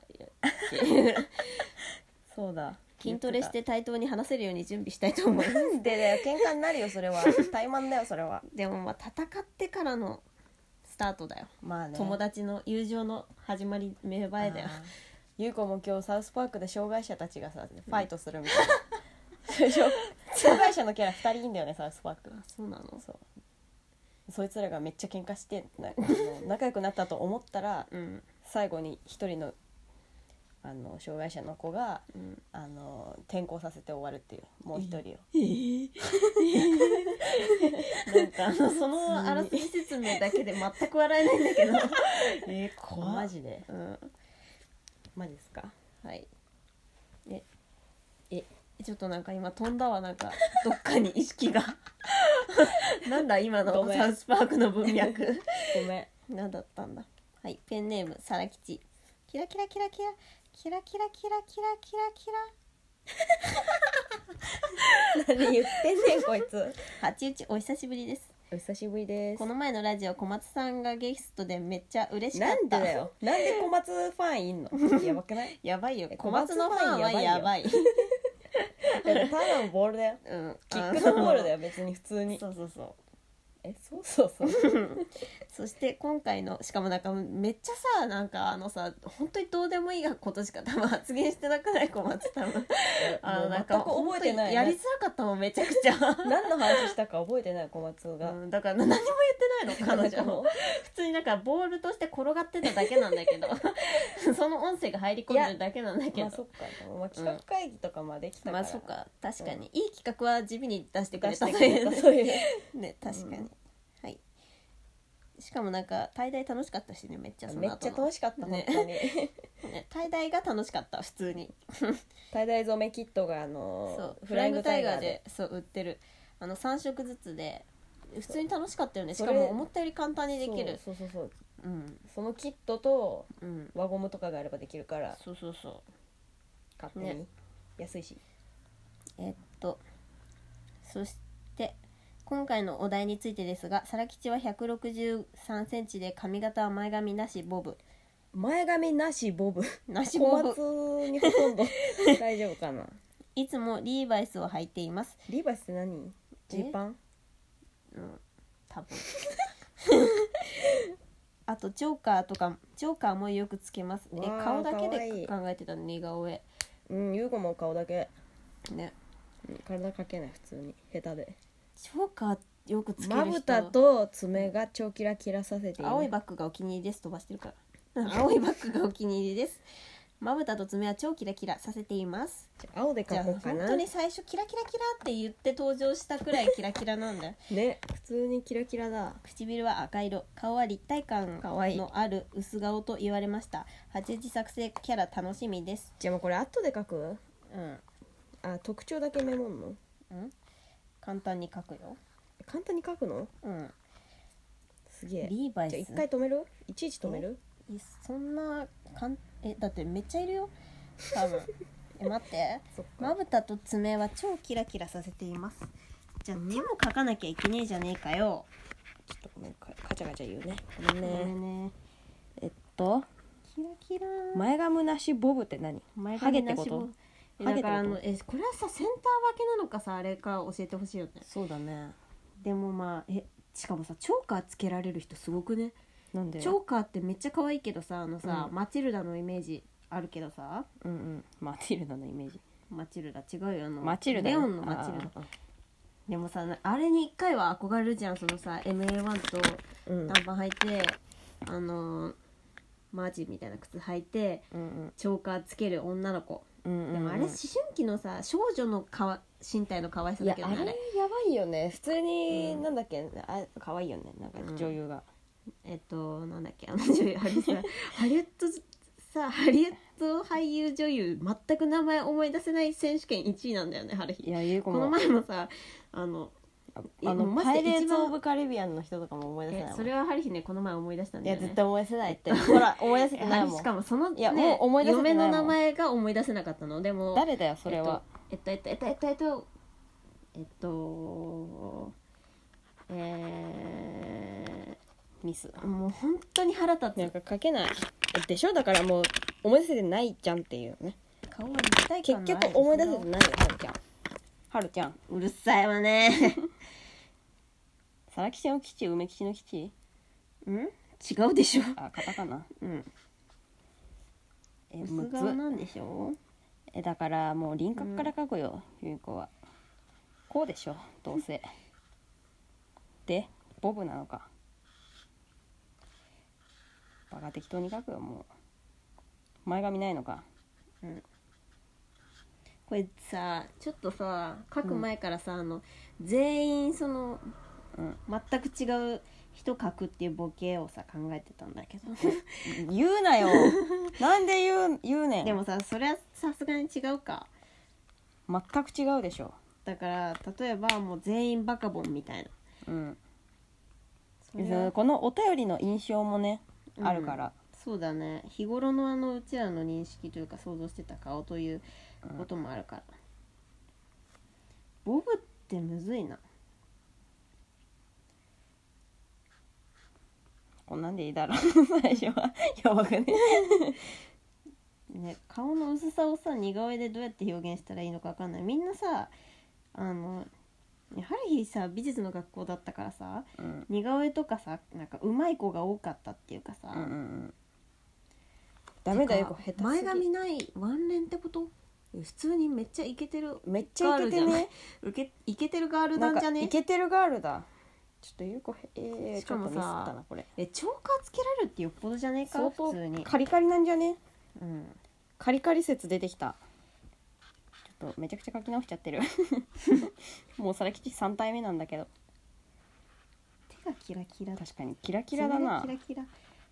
そうだ、 筋トレして対等に話せるように準備したいと思います。 なんでだよ、喧嘩になるよそれは怠慢だよそれは。 でもまあ戦ってからのスタートだよ。 まあね、 友達の友情の始まり、芽生えだよ。 ゆうこも今日サウスパークで障害者たちがさファイトするみたいな障害者のキャラ2人いいんだよね、サウスパーク。 そうなの。 そいつらがめっちゃ喧嘩して仲良くなったと思ったら、最後に一人の障害者の子が、転校させて終わるっていう、もう一人を、 なんかそのあらすじ説明だけで全く笑えないんだけど怖マジで、マジですか。 ちょっとなんか今飛んだわ、なんかどっかに意識がなんだ今のごめんサウスパークの文脈ごめん。 何だったんだ。はい、ペンネームさらきち。キラキラキラキラキラキラキラキラキラキラ何言ってんねんこいつ。 八内お久しぶりです。 お久しぶりですこ。の前のラジオ小松さんがゲストでめっちゃ嬉しかった。 なんでだよ。なんで小松ファンいんの？やばくない？ やばいよ。 え小松のファンはやばい。 ただのボールだよ。 うん、 キックのボールだよ別に普通に。 そうそうそう。 そうそうそう。 そして今回のしかもなんかめっちゃさなんかさ本当にどうでもいいことしか多分発言してなくない小松多分なんか全く覚えてない本当にやりづらかったもんめちゃくちゃ何の話したか覚えてない小松が。 だから何も言ってないの彼女も普通になんかボールとして転がってただけなんだけどその音声が入り込んでるだけなんだけどまあそっか。まあ企画会議とかまできたから。 まあそっか確かに、いい企画は地味に出してく出れしたてくれたそういうね確かに、はいしかもなんか滞在楽しかったしねめっちゃその後のめっちゃ楽しかった、 ね本当にね滞在が楽しかった普通に滞在染めキットがそうフライングタイガーでそう売ってる3色ずつで普通に楽しかったよね。しかも思ったより簡単にできる。 そうそうそううんそのキットとうん輪ゴムとかがあればできるからそうそうそ勝手に、 ね安いし。 そして今回のお題についてですが、さら吉は163センチで髪型は前髪なしボブ。 前髪なしボブなしボブ。 小松にほとんど大丈夫かな。 いつもリーバイスを履いています。 リーバイスって何？ジーパン？ うん多分あとジョーカーもよくつけます。 わー顔だけかわいいで考えてたの似顔絵ゆうこも顔だけ、 ね。 体かけない普通に下手で。 ジョーカーよくつける人。 まぶたと爪が超キラキラさせている。 青いバッグがお気に入りです。飛ばしてるから青いバッグがお気に入りです。まぶたと爪は超キラキラさせています。 青でじゃあ描こうかな。 本当に最初キラキラキラって言って登場したくらいキラキラなんだよね、普通にキラキラだ。 唇は赤色、顔は立体感かわいいのある薄顔と言われました。八内作成キャラ楽しみです。 じゃあもうこれ後で描く？ うん特徴だけメモんの？ 簡単に書くよ。 簡単に描くの？すげえ。 リーバイスじゃあ一回止める？いちいち止める？ そんなだってめっちゃいるよ多分待ってそっかまぶたと爪は超キラキラさせています。じゃあ手も描かなきゃいけねえじゃねえかよ。 ちょっとごめん、カチャカチャ言うね。ごめんごめね。 んね。 キラキラ前髪なしボブって何？ 前ハゲ髪なしボってこと？ だからこれはさセンター分けなのかさあれか教えてほしいよね。 そうだね。 でもまあしかもさチョーカーつけられる人すごくね。 なんで？ チョーカーってめっちゃ可愛いけどさマチルダのイメージあるけどさマティルダのイメージ。 マチルダ違うよマチルダレオンのマチルダ。でもさあれに一回は憧れるじゃん。そのさ MA1 と短パン履いてマーチンみたいな靴履いてチョーカーつける女の子。でもあれ思春期のさ少女の身体の可愛さだけどね。 あれやばいよね普通に。なんだっけ可愛いよねなんか女優が。 なんだっけ女優ハリウッド俳優女優全く名前思い出せない選手権1位なんだよね春日。 いやゆうこもこの前もさパイレーツ・オブ・カリビアンの人とかも思い出せないもん。 それは春日ねこの前思い出したんだよね。 いや絶対思い出せないってほら思い出せてないもん。 しかもその、ね、 いやもう思い出せてないもん。 嫁の名前が思い出せなかったの。でも誰だよそれは。ミス。 もう本当に腹立つ。 なんか書けないでしょ。だからもう思い出せてないじゃんっていうね。 顔は立体感結局思い出せてないよはるちゃん。 うるさいわねさら吉の吉梅吉の吉？ 違うでしょ。 カタカナ。 薄顔なんでしょ。 だからもう輪郭から描くよ、ゆうこは。こうでしょどうせでボブなのか。バカ適当に描くよもう。前髪ないのか。 これさちょっとさ書く前からさ、全員その、全く違う人描くっていうボケをさ考えてたんだけど言うなよなんで言うねん。 でもさそれはさすがに違うか。 全く違うでしょ。 だから例えばもう全員バカボンみたいな。 このお便りの印象もね、あるから。 そうだね、日頃のうちらの認識というか想像してた顔ということもあるから、ボブってむずいな。 こんなんでいいだろう最初はやばくねね、顔の薄さをさ似顔絵でどうやって表現したらいいのか分かんない。みんなさ春日さ美術の学校だったからさ、似顔絵とかさなんか上手い子が多かったっていうかさ、 ダメだよ、下手すぎ。 前髪ないワンレンってこと？普通にめっちゃイケてる、 めっちゃイケてねイケてるガールなんじゃね？ イケてるガールだ。ちょっとゆうこしかもさちょっとミスったなこれ。 チョーカーつけられるってよっぽどじゃねえか。 相当普通にカリカリなんじゃね？カリカリ説出てきた。ちょっとめちゃくちゃ書き直しちゃってるもうさらきち3体目なんだけど、 手がキラキラ。 確かにキラキラだな。 キラキラ。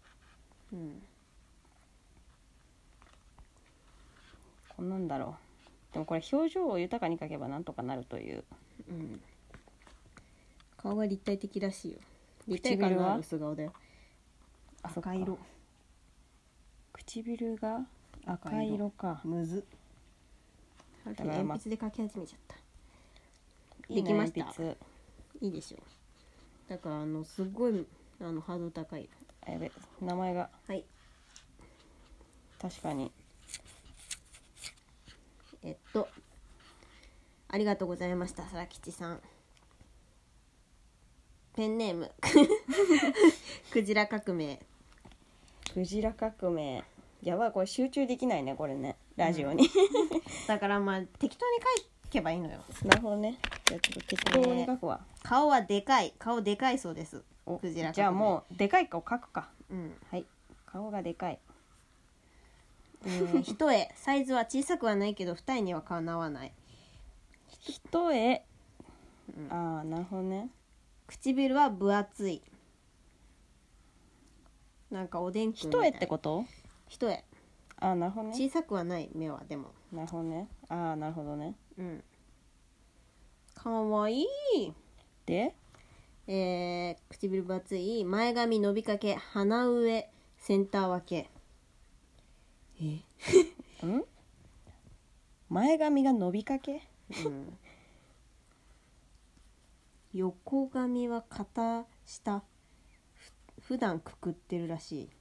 こんなんだろう。でもこれ表情を豊かに描けばなんとかなるという。 顔が立体的らしいよ。立体感のある素顔だよ。赤色。 唇が赤色か。 むず。鉛筆で描き始めちゃった。 できました。 いいでしょう。だからすごいハードル高い。 やべ、名前が。 はい。 確かに。 ありがとうございました、さらきちさん。ペンネームクジラ革命。 クジラ革命。やばい、これ集中できないね、これね、ラジオに、 だからまあ適当に書けばいいのよ。 なるほどね。じゃあちょっと適当に書くわ。 顔はでかい。顔でかいそうです。クジラ革命。 じゃあもうでかい顔書くか。 はい。 顔がでかい。 一重。サイズは小さくはないけど二重にはかなわない。 一重。ああ、なるほどね。 唇は分厚い。なんかおでんくんみたい。 一重ってこと？ 一重。 ああ、なるほどね。 小さくはない目はでも。 なるほどね。ああ、なるほどね。 かわいい。 で、 唇分厚い。前髪伸びかけ。鼻上センター分け。 前髪が伸びかけ？ 横髪は肩下。普段くくってるらしい。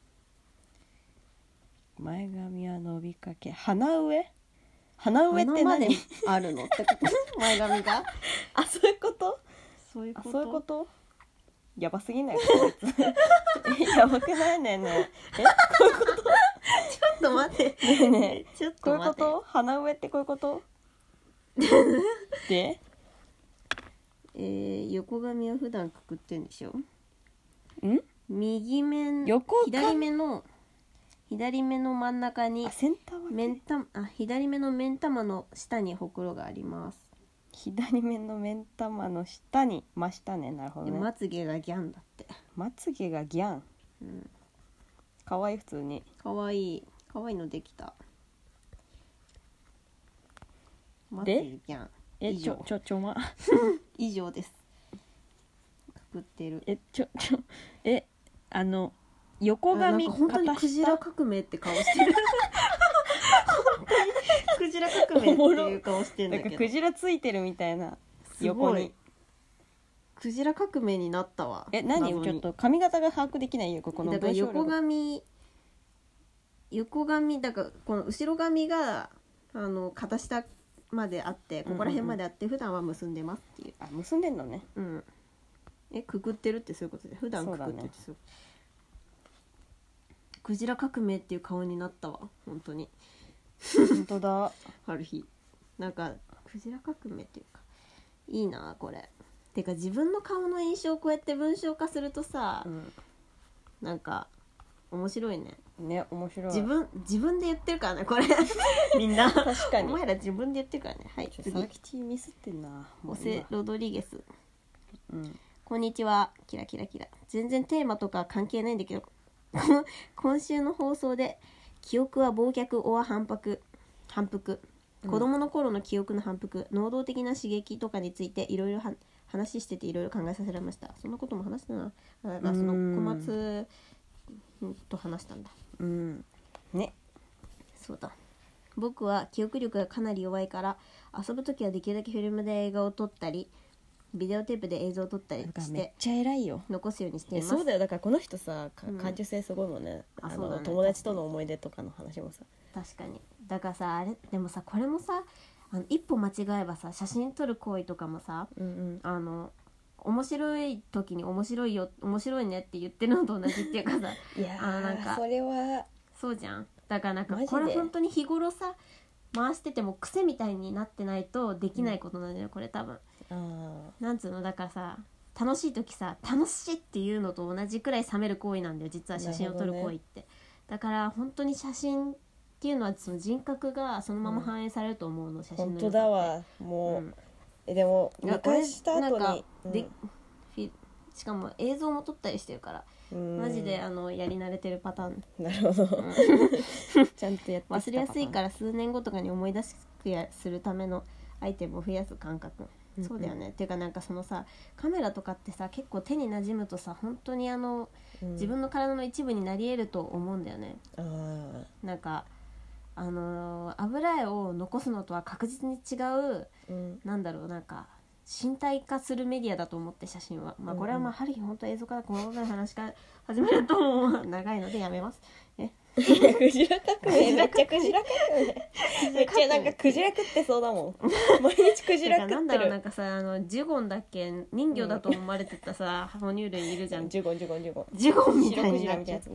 前髪は伸びかけ。鼻上？鼻上って何？ あるのって前髪があ、そういうこと？ そういうこと？ そういうこと？やばすぎないこいつやばくないね。こういうこと？ ちょっと待ってねちょっと待って。 こういうこと？鼻上ってこういうことで、 横髪は普段くくってんでしょ。左目の真ん中にセンター左目の目ん玉の下にほくろがあります。 左目の目ん玉の下に真下ね。なるほどね。 まつげがギャンだって。 まつげがギャン。かわいい。普通にかわいいのできた。まつげギャン。以上です。くくってる。 横髪本当にクジラ革命って顔してるクジラ革命っていう顔してんだけど、 なんかクジラついてるみたいな。横にクジラ革命になったわ。 何？ちょっと髪型が把握できないよ。このだから横髪だからこの後ろ髪が肩下まであって、ここら辺まであって、普段は結んでますっていう。 結んでんのね。 くくってるってそういうことで、普段くくってるってそう。クジラ革命っていう顔になったわ、本当に。 本当だ。 ある日なんかクジラ革命っていうか、いいなこれ。てか自分の顔の印象をこうやって文章化するとさ、なんか面白いね。 ね、面白い。 自分で言ってるからねこれみんな確かにお前ら自分で言ってるからね。はい、次。 佐々木ミスってんな。 オセロドリゲス。こんにちは。キラキラキラ。全然テーマとか関係ないんだけど今週の放送で記憶は忘却オア反復、子供の頃の記憶の反復、能動的な刺激とかについていろいろ話してていろいろ考えさせられました。そんなことも話したな。だからその小松と話したんだ。 ね。 そうだ。僕は記憶力がかなり弱いから遊ぶときはできるだけフィルムで映画を撮ったりビデオテープで映像を撮ったりしめってちゃ偉いよ。 残すようにしています。 そうだよ。だからこの人さ感受性すごいもんね。 そうだね、 友達との思い出とかの話もさ。 確かに。だからさあれでもさこれもさ一歩間違えばさ写真撮る行為とかもさ、面白い時に面白いよ面白いねって言ってるのと同じっていうかさいやなんかそれはそうじゃん。だからなんかこれ本当に日頃さ回してても癖みたいになってないとできないことなんだよ、これ多分。なんつうのだからさ楽しい時さ楽しいっていうのと同じくらい冷める行為なんだよ実は写真を撮る行為って、だから本当に写真っていうのはその人格がそのまま反映されると思うの、写真の本当だわもう、でも見返した後にしかも映像も撮ったりしてるからマジでやり慣れてるパターン。 なるほどちゃんとやって忘れやすいから数年後とかに思い出しやするためのアイテムを増やす感覚、そうだよね。っていうかなんかそのさカメラとかってさ結構手に馴染むとさ本当に自分の体の一部になり得ると思うんだよね。なんか油絵を残すのとは確実に違う、なんだろうなんか身体化するメディアだと思って写真は、これはある日本当映像から細かい話から始めると長いのでやめます。 クジラ革命めっちゃクジラ革命めっちゃなんかクジラ食ってそうだもん毎日クジラ食ってる。 なんだろうなんかさジュゴンだっけ人魚だと思われてたさ、哺乳類いるじゃん。ジュゴンみたいになっちゃう。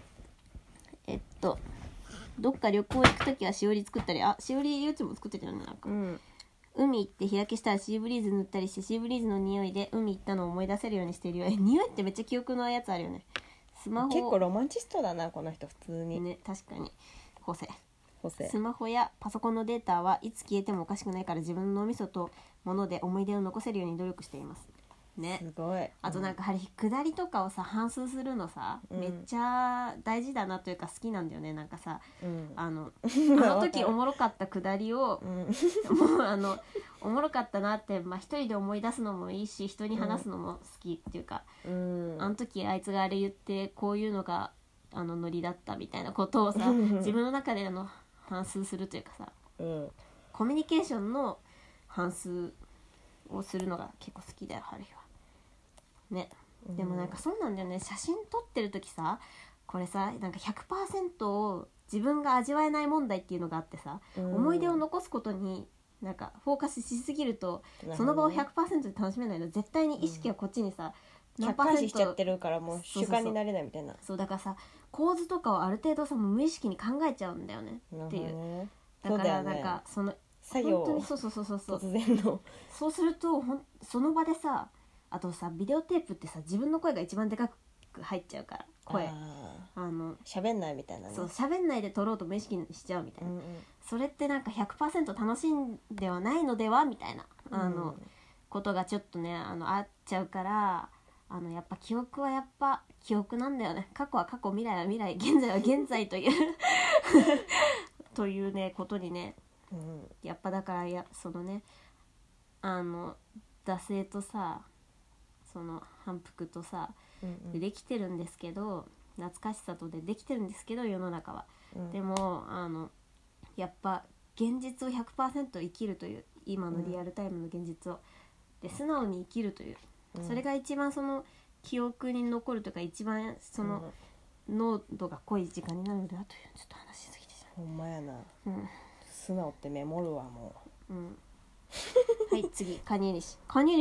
どっか旅行行くときはしおり作ったり、しおりゆうちも作ってたよねなんか、海行って日焼けしたらシーブリーズ塗ったりしてシーブリーズの匂いで海行ったのを思い出せるようにしてるよ。匂いってめっちゃ記憶のやつあるよね。スマホ結構ロマンチストだなこの人普通にね。確かに補正。スマホやパソコンのデータはいつ消えてもおかしくないから自分の脳みそともので思い出を残せるように努力していますね。 すごい。 あとなんか下りとかをさ反芻するのさ、めっちゃ大事だなというか好きなんだよね。なんかさ、あの時おもろかった下りを、もうおもろかったなって、一人で思い出すのもいいし人に話すのも好きっていうか、あの時あいつがあれ言ってこういうのがノリだったみたいなことをさ自分の中で反芻するというかさ、コミュニケーションの反芻をするのが結構好きだよハリーはね。でもなんかそうなんだよね。写真撮ってる時さこれさなんか 100% を自分が味わえない問題っていうのがあってさ、思い出を残すことになんかフォーカスしすぎるとその場を 100% で楽しめないの。絶対に意識はこっちにさ、 客観視しちゃってるからもう習慣になれないみたいな。 そうだからさ構図とかをある程度さもう無意識に考えちゃうんだよねっていう。だからなんかその作業本当にそう突然のそうするとその場でさ、あとさビデオテープってさ自分の声が一番でかく入っちゃうから声喋んないみたいなね。 そう喋んないで撮ろうと無意識にしちゃうみたいな、それってなんか 100% 楽しんではないのではみたいなことがちょっとねあっちゃうからやっぱ記憶はやっぱ記憶なんだよね。過去は過去未来は未来現在は現在というというねことにね、やっぱだからそのね惰性とさその反復とさ、でできてるんですけど懐かしさとできてるんですけど世の中は、でもやっぱ現実を 100% 生きるという今のリアルタイムの現実をで素直に生きるという、それが一番その記憶に残るというか一番その濃度が濃い時間になるんだというちょっと話しすぎてほんまやな、素直ってメモるわもう、 はい次カニエニシ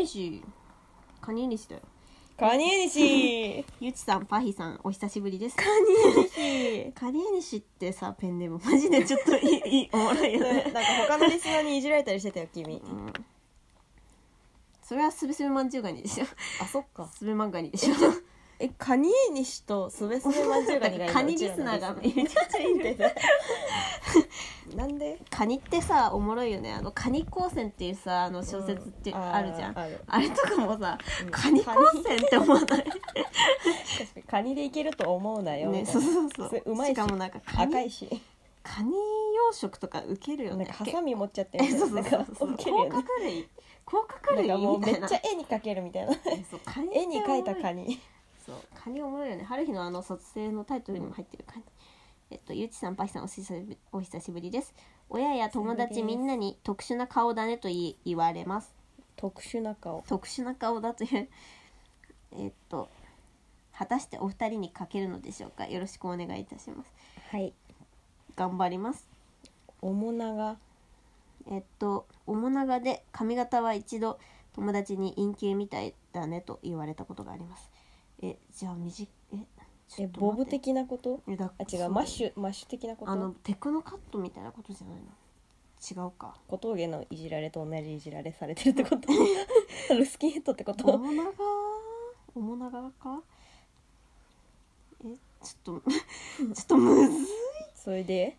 だよ。 カニエニシゆちさんパヒさんお久しぶりです。 カニエニシってさペンネームマジでちょっとおもろいよねなんか他のリスナーにいじられたりしてたよ君、 それはすべすべまんじゅうガニでしょ。 あそっかすべまんガニでしょカニエニシとすべすべまんじゅうガニがいるカニリスナーがめちゃくちゃいいんだよなんでカニってさおもろいよね。カニ光線っていうさ小説ってあるじゃん、あれとかもさ、カニ光線って思わないカニでいけると思うなよ、 ね、そううまいしかもなんか赤いしカニ養殖とかウケるよね。 なんかハサミ持っちゃってるそうそうそうそう、 ウケるよね。 甲殻類なんかもうめっみたいな。 ちゃ絵に描けるみたいなそうカニって絵に描いたカニ。 そうカニおもろいよね。春日の卒生のタイトルにも入ってるカニ。ゆうちさん、パヒさん、お久しぶりです。親や友達みんなに特殊な顔だねと言われます。 特殊な顔だという果たしてお二人に描けるのでしょうか。よろしくお願いいたします。 はい。 頑張ります。 面長面長で髪型は一度友達に陰茎みたいだねと言われたことがあります。じゃあボブ的なこと？ だ違う、マッシュ的なこと？ テクノカットみたいなことじゃないの？違うか。 小峠のいじられと同じいじられされてるってことルスキンヘッドってこと？ 面長か？ちょっとむずい。 それで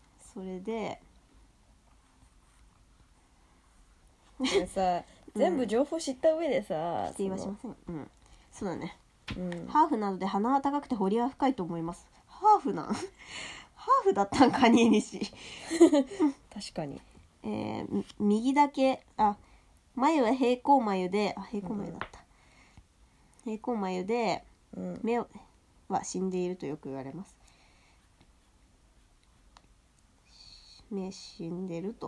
さ全部情報知った上でさ、 否定はしません。そうだね。 うん、 ハーフなので鼻は高くて彫りは深いと思います。ハーフだったんかににし確かに。 右だけ眉は平行眉で平行眉だった、平行眉で、目は死んでいるとよく言われます。目死んでると。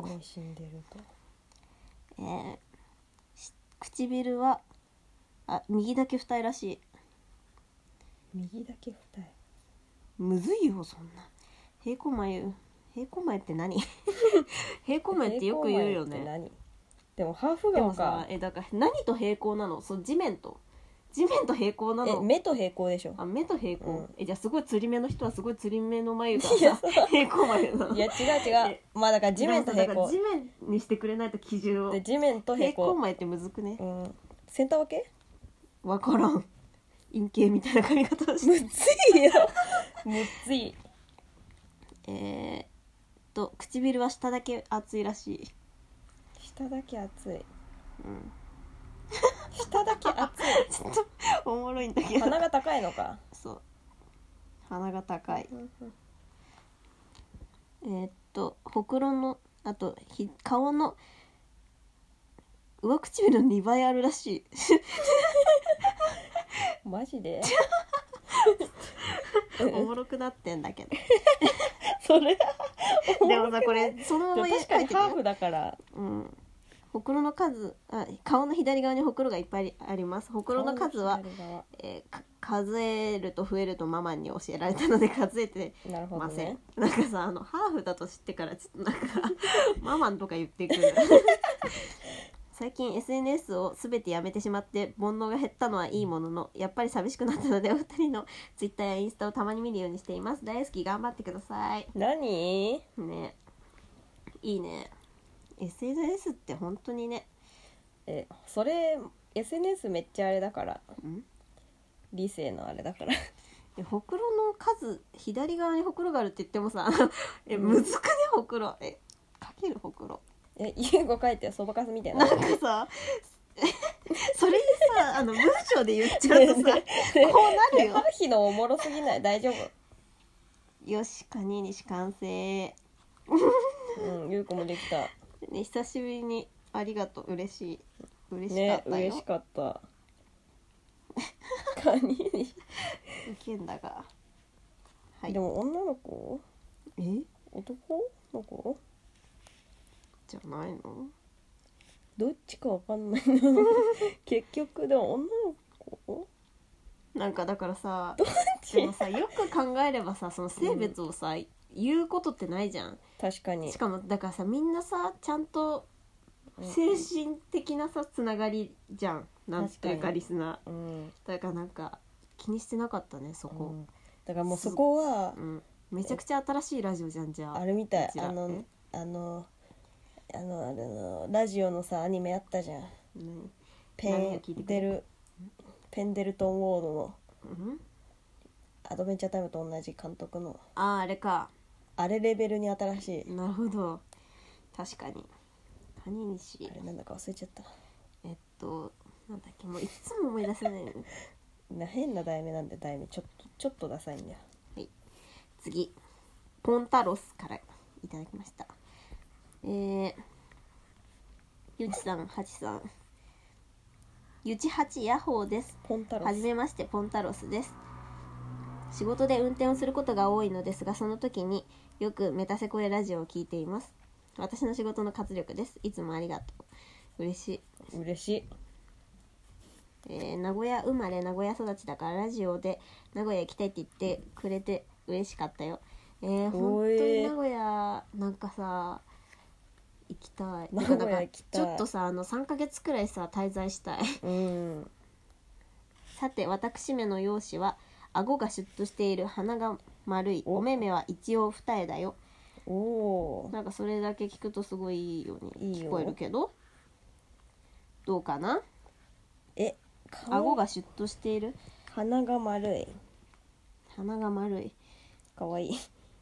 唇は右だけ二重らしい。 右だけ二重。 むずいよそんな。平行眉って何平行眉ってよく言うよね。 でもハーフ顔か。 だから何と平行なの？地面と平行なの？ 目と平行でしょ。 目と平行、じゃあすごい釣り目の人はすごい釣り目の眉がさ平行眉なの？ いや違うまあだから地面と平行。 地面にしてくれないと基準を。 で地面と平行。 平行眉ってむずくね。 センター分け？ わからん。陰茎みたいな髪型をして。 むずいよむずい。 唇は下だけ厚いらしい。 下だけ厚い。下だけ厚いちょっとおもろいんだけど。 鼻が高いのか。 そう鼻が高い。ほくろの顔の上唇の2倍あるらしいマジでおもろくなってんだけどそれでもさこれそのまま確かにハーフだから。 ほくろの数顔の左側にほくろがいっぱいあります。ほくろの数は、数えると増えるとママに教えられたので数えてません、ね、なんかさハーフだと知ってからちょっとなんかママンとか言ってくる最近 SNS を全てやめてしまって煩悩が減ったのはいいもののやっぱり寂しくなったのでお二人の Twitter やインスタをたまに見るようにしています。大好き、頑張ってください。 何ね、いいね。 SNS って本当にね。 それ SNS めっちゃあれだから理性のあれだからほくろの数左側にほくろがあるって言ってもさむずくねほくろかけるほくろ優子書いてよそばかすみたいな。 なんかさそれにさ文章で言っちゃうとさこうなるよ。 ハーヒのおもろすぎない？大丈夫？ よしカニにし完成優子もできたね。久しぶりにありがとう。嬉しかったよね。嬉しかったカニにウケんだが、はい、 でも女の子？男の子じゃないの？ どっちかわかんないの結局でも女の子なんかだからさどっちでもさよく考えればさその性別をさ、言うことってないじゃん。 確かに。 しかもだからさみんなさちゃんと精神的なさつながりじゃん。なんていうかリスナー、だからなんか気にしてなかったねそこ、 だからもうそこは、 めちゃくちゃ新しいラジオじゃん。じゃああれみたい。ラジオのさアニメあったじゃん。ペンデルトンウォードの、アドベンチャータイムと同じ監督のあれか。 あれレベルに新しい。 なるほど。確かにカニにしあれなんだか忘れちゃった。 なんだっけもういつも思い出せない変な題名なんで。題名ちょっとダサいんだよ。 はい次ポンタロスからいただきました。ゆちさん、はちさん、ゆちはちヤホーです。 ポンタロス。 はじめまして、ポンタロスです。仕事で運転をすることが多いのですが、その時によくメタセコイラジオを聞いています。私の仕事の活力です。いつもありがとう。嬉しい。 嬉しい。 名古屋生まれ名古屋育ちだからラジオで名古屋行きたいって言ってくれて嬉しかったよ。本当に名古屋なんかさ行きたい。 名古屋行きたい。 ちょっとさ3ヶ月くらいさ滞在したい。さて私めの容姿は顎がシュッとしている、鼻が丸い、お目目は一応二重だよ。なんかそれだけ聞くとすごいいいように聞こえるけどどうかな。顎がシュッとしている、 鼻が丸い、 鼻が丸い、 かわいい。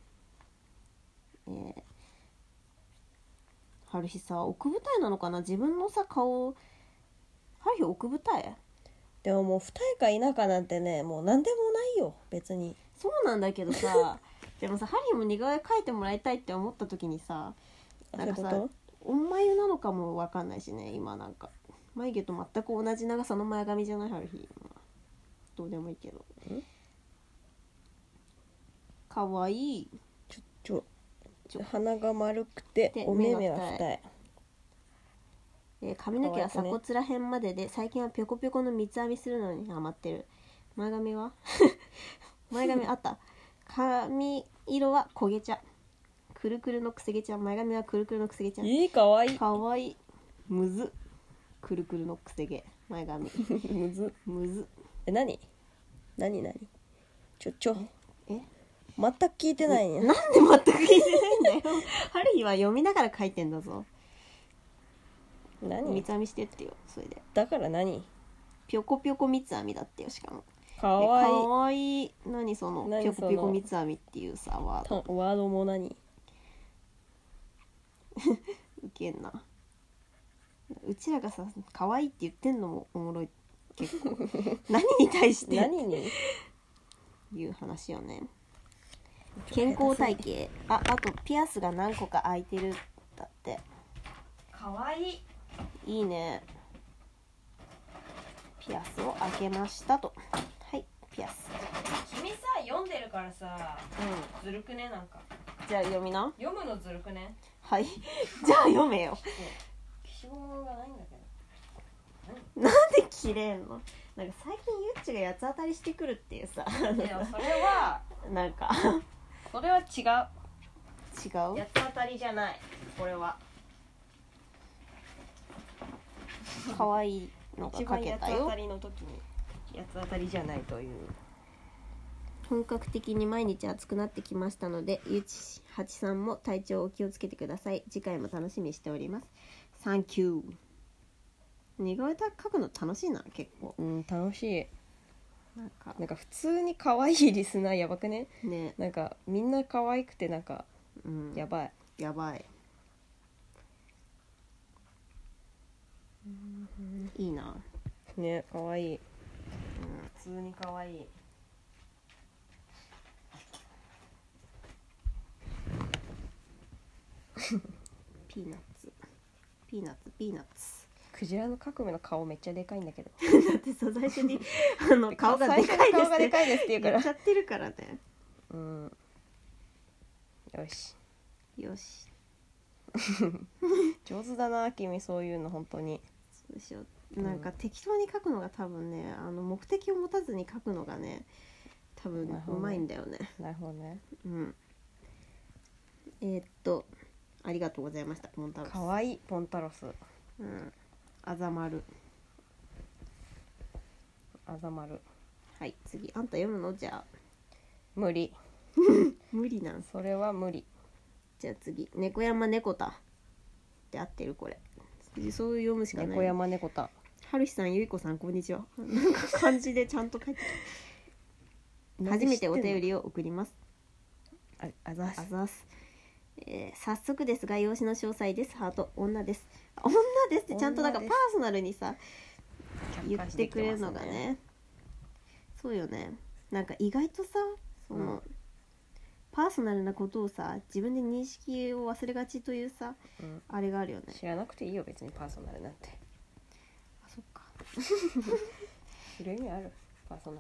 春日さ奥二重なのかな、自分のさ顔。春日奥二重でももう二重か否かなんてね、もう何でもないよ別に。 そうなんだけどさでもさハリーも似顔絵描いてもらいたいって思った時にさ、なんかさお眉なのかも分かんないしね。今なんか眉毛と全く同じ長さの前髪じゃない。ハリーどうでもいいけどかわいい。 鼻が丸くてお目目は二重。髪の毛は鎖骨らへんまでで、最近はぴょこぴょこの三つ編みするのにハマってる。前髪は前髪あった。髪色は焦げ茶、くるくるのくせ毛ちゃん。前髪はくるくるのくせ毛ちゃん。 いい、かわいい。 かわいい。むずくるくるのくせ毛前髪むずむず。 何全く聞いてないね。 なんで全く聞いてないんだよハリーは読みながら書いてんだぞ。 何三つ編みしてってよ。それでだから何ぴょこぴょこ三つ編みだってよ。しかもかわいい。 かわいい。何そのぴょこぴょこ三つ編みっていうさワードも何ウケんな。うちらがさ可愛いって言ってんのもおもろい。結構何に対して何にいう話よね。健康体型。あとピアスが何個か開いてるだって。 かわいい。 いいね。ピアスを開けましたと。はい、ピアス。 君さ読んでるからさ、ずるくね。なんかじゃあ読みな。 読むのずるくね。 はいじゃあ読めよ。 消しゴムがないんだけど。 なんで切れんの。なんか最近ゆっちが八つ当たりしてくるっていうさ。 いやそれはなんかそれは違う。 違う。 八つ当たりじゃない。これは可愛いのがかけたよ。 一番八つ当たりの時に八つ当たりじゃないという。 本格的に毎日暑くなってきましたので、ゆちはちさんも体調を気をつけてください。次回も楽しみにしております。サンキュー。似顔絵描くの楽しいな結構。 楽しい。 なんか普通に可愛いリスナーやばくね。 ね。 なんかみんな可愛くてなんか、やばい。 やばい。いいな。 ね、可愛い。普通に可愛い。 ピーナッツ。ピーナッツ。ピーナッツ。 クジラの革命の顔めっちゃでかいんだけどだってさ最初に顔がでかいですって言うから言っちゃってるからね。 よしよし上手だな君、そういうの本当に。 そうでしょ。なんか適当に描くのが多分ね、目的を持たずに描くのがね多分うまいんだよね。 なるほどね。 ありがとうございました。ポンタロスかわいい。ポンタロス。 あざまる。 あざまる。 はい、次あんた読むの。じゃあ無理無理なん。 それは無理。 じゃあ次猫山猫田って合ってる。これそう読むしかない。 猫山猫田。 はるひさん、ゆいこさん、こんにちは。なんか漢字でちゃんと書いてた。初めてお便りを送ります。 あざす。 早速ですが養子の詳細です。ハート。女です。女ですってちゃんとなんかパーソナルにさ言ってくれるのがね。そうよね。なんか意外とさその、 パーソナルなことをさ自分で認識を忘れがちというさ、あれがあるよね。 知らなくていいよ別にパーソナルなんて。 あ、そっか。 知る意味あるパーソナ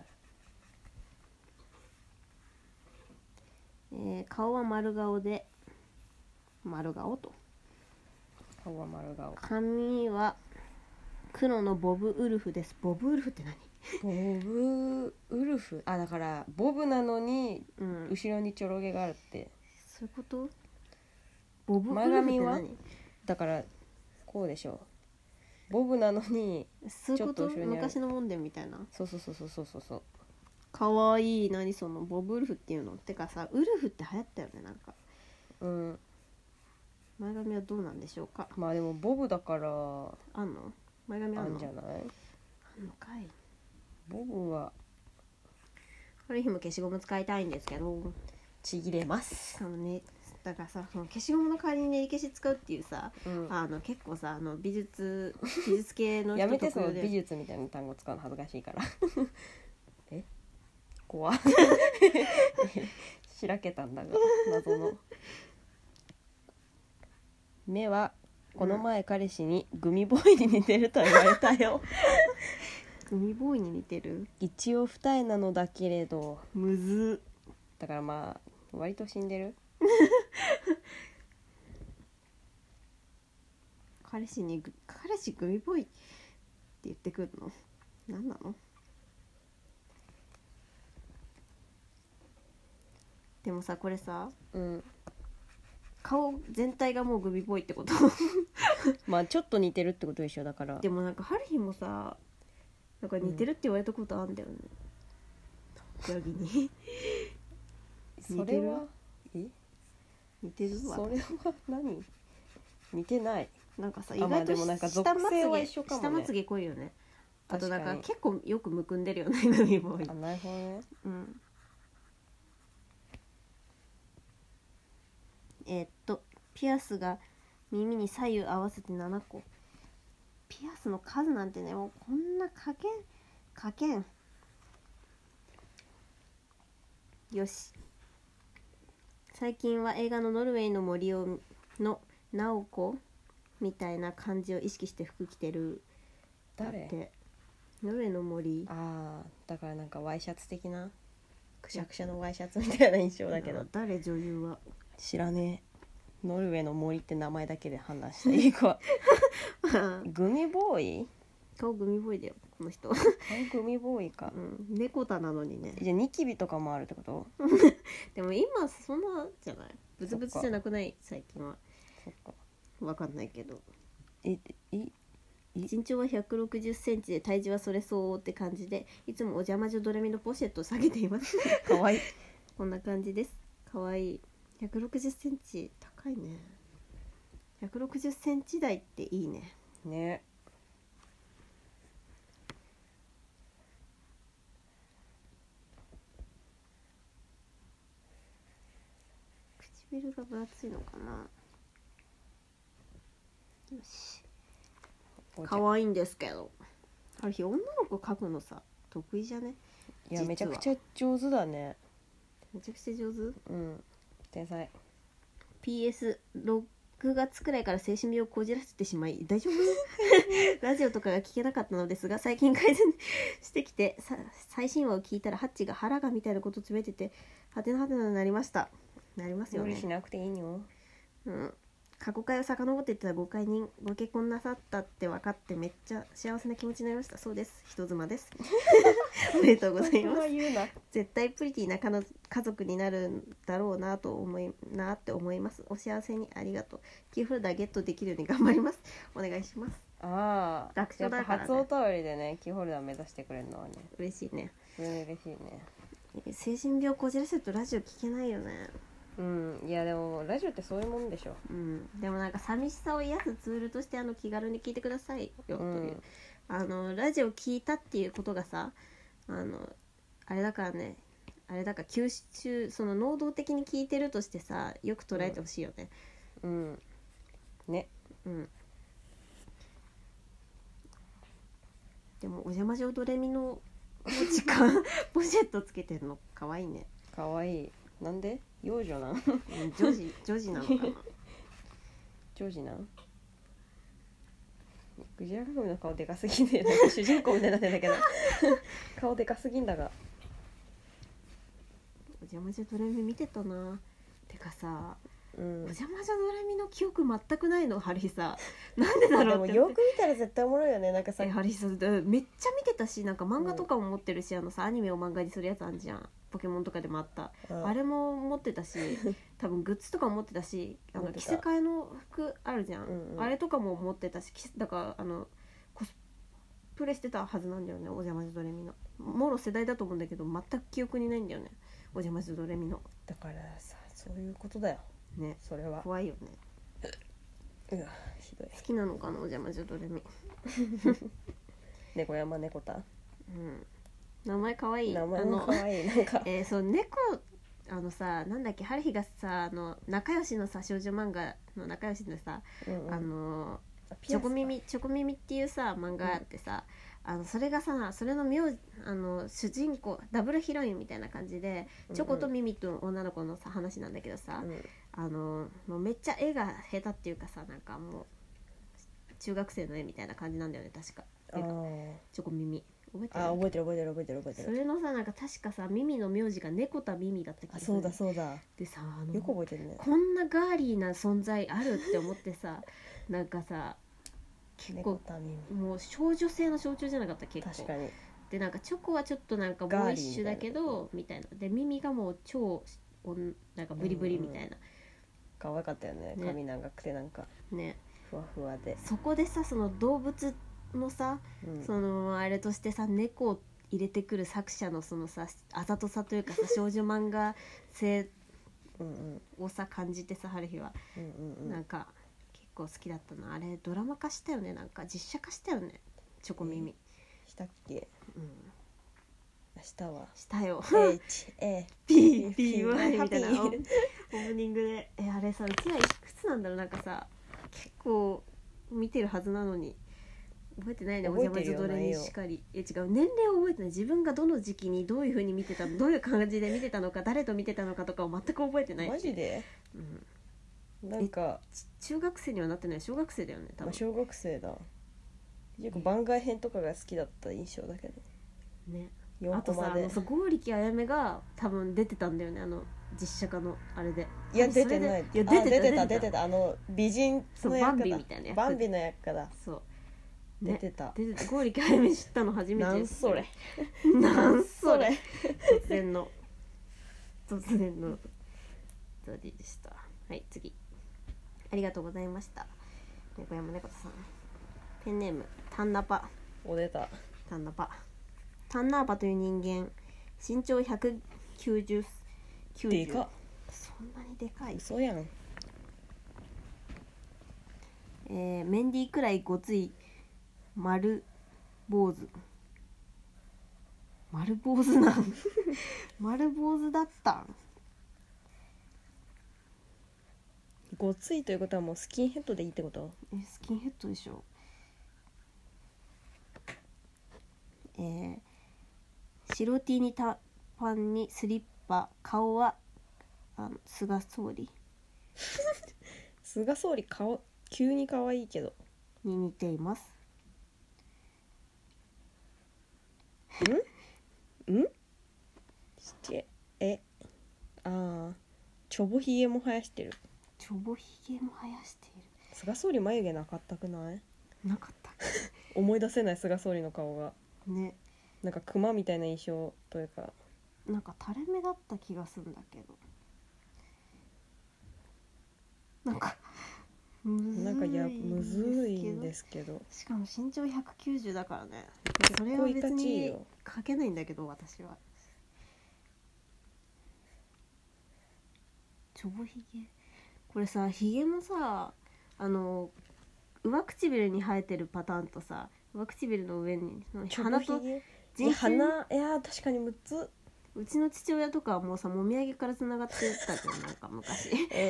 ル。 顔は丸顔で、丸顔と。 顔は丸顔。 髪は黒のボブウルフです。ボブウルフって何？ ボブウルフ、あ、だからボブなのに後ろにちょろ毛があるって、 そういうこと？ボブウル前フって髪は何？ だからこうでしょう。ボブなのにそういうこと？ ちょっと後ろにある。 昔のもんでみたいな。 そうそうそうそうそうそう。 かわいい。何そのボブウルフっていうの？ってかさ、ウルフって流行ったよね、なんか。 うん。 前髪はどうなんでしょうか。 まあでもボブだからあんの？前髪あんの？ あんじゃない？ あんのかい。 ボブはある日も消しゴム使いたいんですけど、 ちぎれます。 ね、だからさ、その消しゴムの代わりに練り消し使うっていうさ、 うん、 結構さ、美術系の人やめて、その特有で美術みたいな単語使うの恥ずかしいからえ、怖しらけたんだが謎の。目はこの前彼氏にグミボーイに似てると言われたよグミボーイに似てる？ 一応二重なのだけれど、 むずだからまあ割と死んでる彼氏グミボーイって言ってくるの？何なの？でもさ、これさ、顔全体がもうグミボーイってことまあちょっと似てるってことでしょ。だからでもなんか春日もさ、なんか似てるって言われたことあるんだよね、ヤギにそれは似てるわ。 それは何？似てない。 なんかさ、 意外と下まつげは一緒かもね。 下まつげ濃いよね。あとなんか確かに結構よくむくんでるよねグミボーイ。 あ、なるほどね。 ピアスが耳に左右合わせて7個。ピアスの数なんてね、もうこんな書けん。よし。最近は映画のノルウェーの森の直子みたいな感じを意識して服着てる。 誰？ だってノルウェーの森。 ああ、だからなんかワイシャツ的な、くしゃくしゃのワイシャツみたいな印象だけど。 誰？女優は知らねえ。ノルウェーの森って名前だけで判断したいい子はグミボーイ？ 顔グミボーイだよこの人顔グミボーイか、 猫田なのにね。 じゃあニキビとかもあるってこと？ でも今そんなじゃない？ブツブツじゃなくない？最近は。 そっか、 わかんないけど。 身長は160センチで体重はそれ相応って感じで、いつもお邪魔女ドレミのポシェットを下げていますかわいいこんな感じです。かわいい。160センチ高いね。160センチ台っていいね。 ね。 唇が分厚いのかな。よし。可愛いんですけど、ある日女の子描くのさ得意じゃね？ いやめちゃくちゃ上手だね。 めちゃくちゃ上手。 天才。 PS6 月くらいから精神病をこじらせてしまい大丈夫ラジオとかが聞けなかったのですが、最近改善してきて最新話を聞いたらハッチが腹がみたいなこと詰めててはてなはてなになりました。なりますよね。 無理しなくていいよ。 過去回を遡っていったらご結婚なさったって分かってめっちゃ幸せな気持ちになりました。そうです、人妻ですおめでとうございます絶対プリティな家族になるんだろうなって思います。お幸せにありがとう。キーホルダーゲットできるように頑張ります。お願いします。 ああ、 楽勝だからね。 やっぱ初お便りでねキーホルダー目指してくれるのはね嬉しいね。 それ嬉しいね。 精神病こじらせるとラジオ聞けないよね。 いやでもラジオってそういうもんでしょ。 でもなんか寂しさを癒すツールとして気軽に聞いてくださいよという、ラジオ聞いたっていうことがさ、あれだから吸収、その能動的に聞いてるとしてさ、よく捉えてほしいよね。 ね。 でもお邪魔女ドレミの時間ポシェットつけてるのかわいいね。 かわいい。なんで？ 幼女なん女児なのかな女児なんクジラ革命の顔でかすぎんで、なんか主人公みたいになってんだけど顔でかすぎんだが。 お邪魔女ドレミ見てたな。てかさ、 うん、 お邪魔女ドレミの記憶全くないの、ハリヒさ。なんでだろうって。 でもよく見たら絶対おもろいよね。なんかさ、 ハリヒさめっちゃ見てたし、なんか漫画とかも持ってるし、アニメを漫画にするやつあんじゃん。ポケモンとかでもあった、あれも持ってたし、多分グッズとかも持ってたし、着せ替えの服あるじゃん、あれとかも持ってたし、だからコスプレしてたはずなんだよね、お邪魔女ドレミの。もろ世代だと思うんだけど全く記憶にないんだよね、お邪魔女ドレミの。 だからさ、そういうことだよね。 それは怖いよね。 うわひどい。 好きなのかな、お邪魔女ドレミ猫山猫田、 名前かわいい。 名前もかわいい。なんかそう猫さ、なんだっけ、春日がさ仲良しのさ少女漫画の仲良しでさ、チョコミミっていうさ漫画あってさ、それがさ、それの主人公ダブルヒロインみたいな感じで、チョコとミミと女の子のさ話なんだけどさ、もうめっちゃ絵が下手っていうかさ、なんかもう中学生の絵みたいな感じなんだよね、確か。チョコミミ覚えてる。それのさ、なんか確かさ、ミミの名字が猫田ミミだった気がする。 そうだでさ、 よく覚えてるね。 こんなガーリーな存在あるって思ってさなんかさ、結構もう少女性の象徴じゃなかった、結構。 確かに。 でなんかチョコはちょっとなんかボーイッシュだけどみたいな、でミミがもう超なんかブリブリみたいな、 可愛かったよね。髪長くてなんかね、 ふわふわで。 そこでさ、その動物のさ、そのあれとしてさ、猫を入れてくる作者のそのさ、あざとさというかさ少女漫画性をさ感じてさ、春日は、なんか結構好きだったな。あれドラマ化したよね、なんか実写化したよね、チョコミミ。 したっけ？したわ。 したよ。 HAPPY みたいなオープニングで。あれさ、うちらいくつなんだろう、なんかさ結構見てるはずなのに覚えてないね。お邪魔女ドレミしかり。違う、年齢を覚えてない。自分がどの時期にどういう風に見てたの、どういう感じで見てたのか、誰と見てたのかとかを全く覚えてない。 マジで？なんか中学生にはなってない、小学生だよね多分。 小学生だ。結構番外編とかが好きだった印象だけどね。 4 あとさ、剛力あやめが多分出てたんだよね、実写化のあれで。 いや出てない。 いや出てた美人の役だ。 バンビみたいな役。 バンビの役かだ。 そう、 出てた。 剛力あやめ知ったの初めて。 なんそれなんそれ突然のゾディでした。はい、次。ありがとうございました。猫山猫田さん。ペンネームタンナパ。 出た。 タンナーパという人間、身長190。 でかっ。 そんなにでかい？ 嘘やん。 メンディーくらいごつい丸坊主なん丸坊主だったん。 ごついということはもうスキンヘッドでいいってこと？ スキンヘッドでしょ。白 T に短パンにスリッパ、顔は菅総理菅総理顔急に可愛いけどに似ています。 してちょぼひげも生やしてる。 ちょぼひげも生やしている。 菅総理眉毛なかったくない？ なかった思い出せない菅総理の顔がね。 なんかクマみたいな印象というか、 なんか垂れ目だった気がするんだけど、なんかむずいんですけど、しかも身長190だからね。それは別に書けないんだけど、私は。ちょぼひげ、これさ、ひげもさ、上唇に生えてるパターンとさ、上唇の上に鼻と鼻、いや確かに6つ。 うちの父親とかはもうさ、もみあげからつながってたじゃん、なんか昔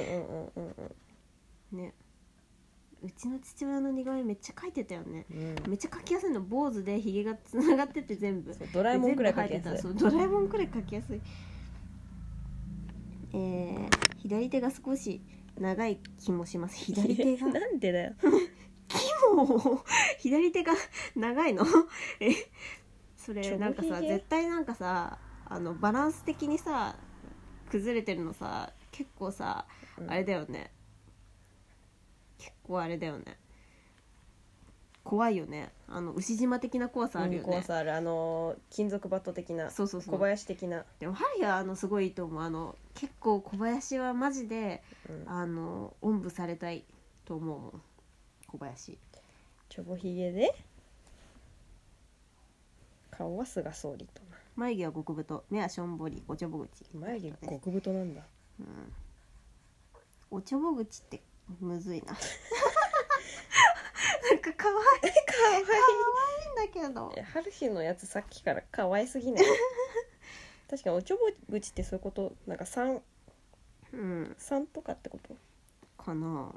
ね。うちの父親の似顔絵めっちゃ描いてたよね、めっちゃ描きやすいの。坊主でひげがつながってて全部。 ドラえもんくらい描きやすい。 ドラえもんくらい描きやすい。 左手が少し長い気もします。左手がなんでだよ。 もう左手が長いのそれなんかさ、絶対なんかさ、バランス的にさ崩れてるのさ、結構さ、あれだよね、結構あれだよね、怖いよね。牛島的な怖さあるよね、 怖さある。金属バット的な、 そう小林的な。 でもハリーすごいいいと思う。結構小林はマジで、おんぶされたいと思うもん。小林ちょぼひげで顔は菅総理とな。 眉毛は極太、目はしょんぼり、おちょぼ口。 眉毛極太なんだ。 おちょぼ口ってむずいななんかかわいいんだけど。 春日のやつさっきから可愛すぎない確かにおちょぼ口ってそういうこと、なんか3とかってことかな。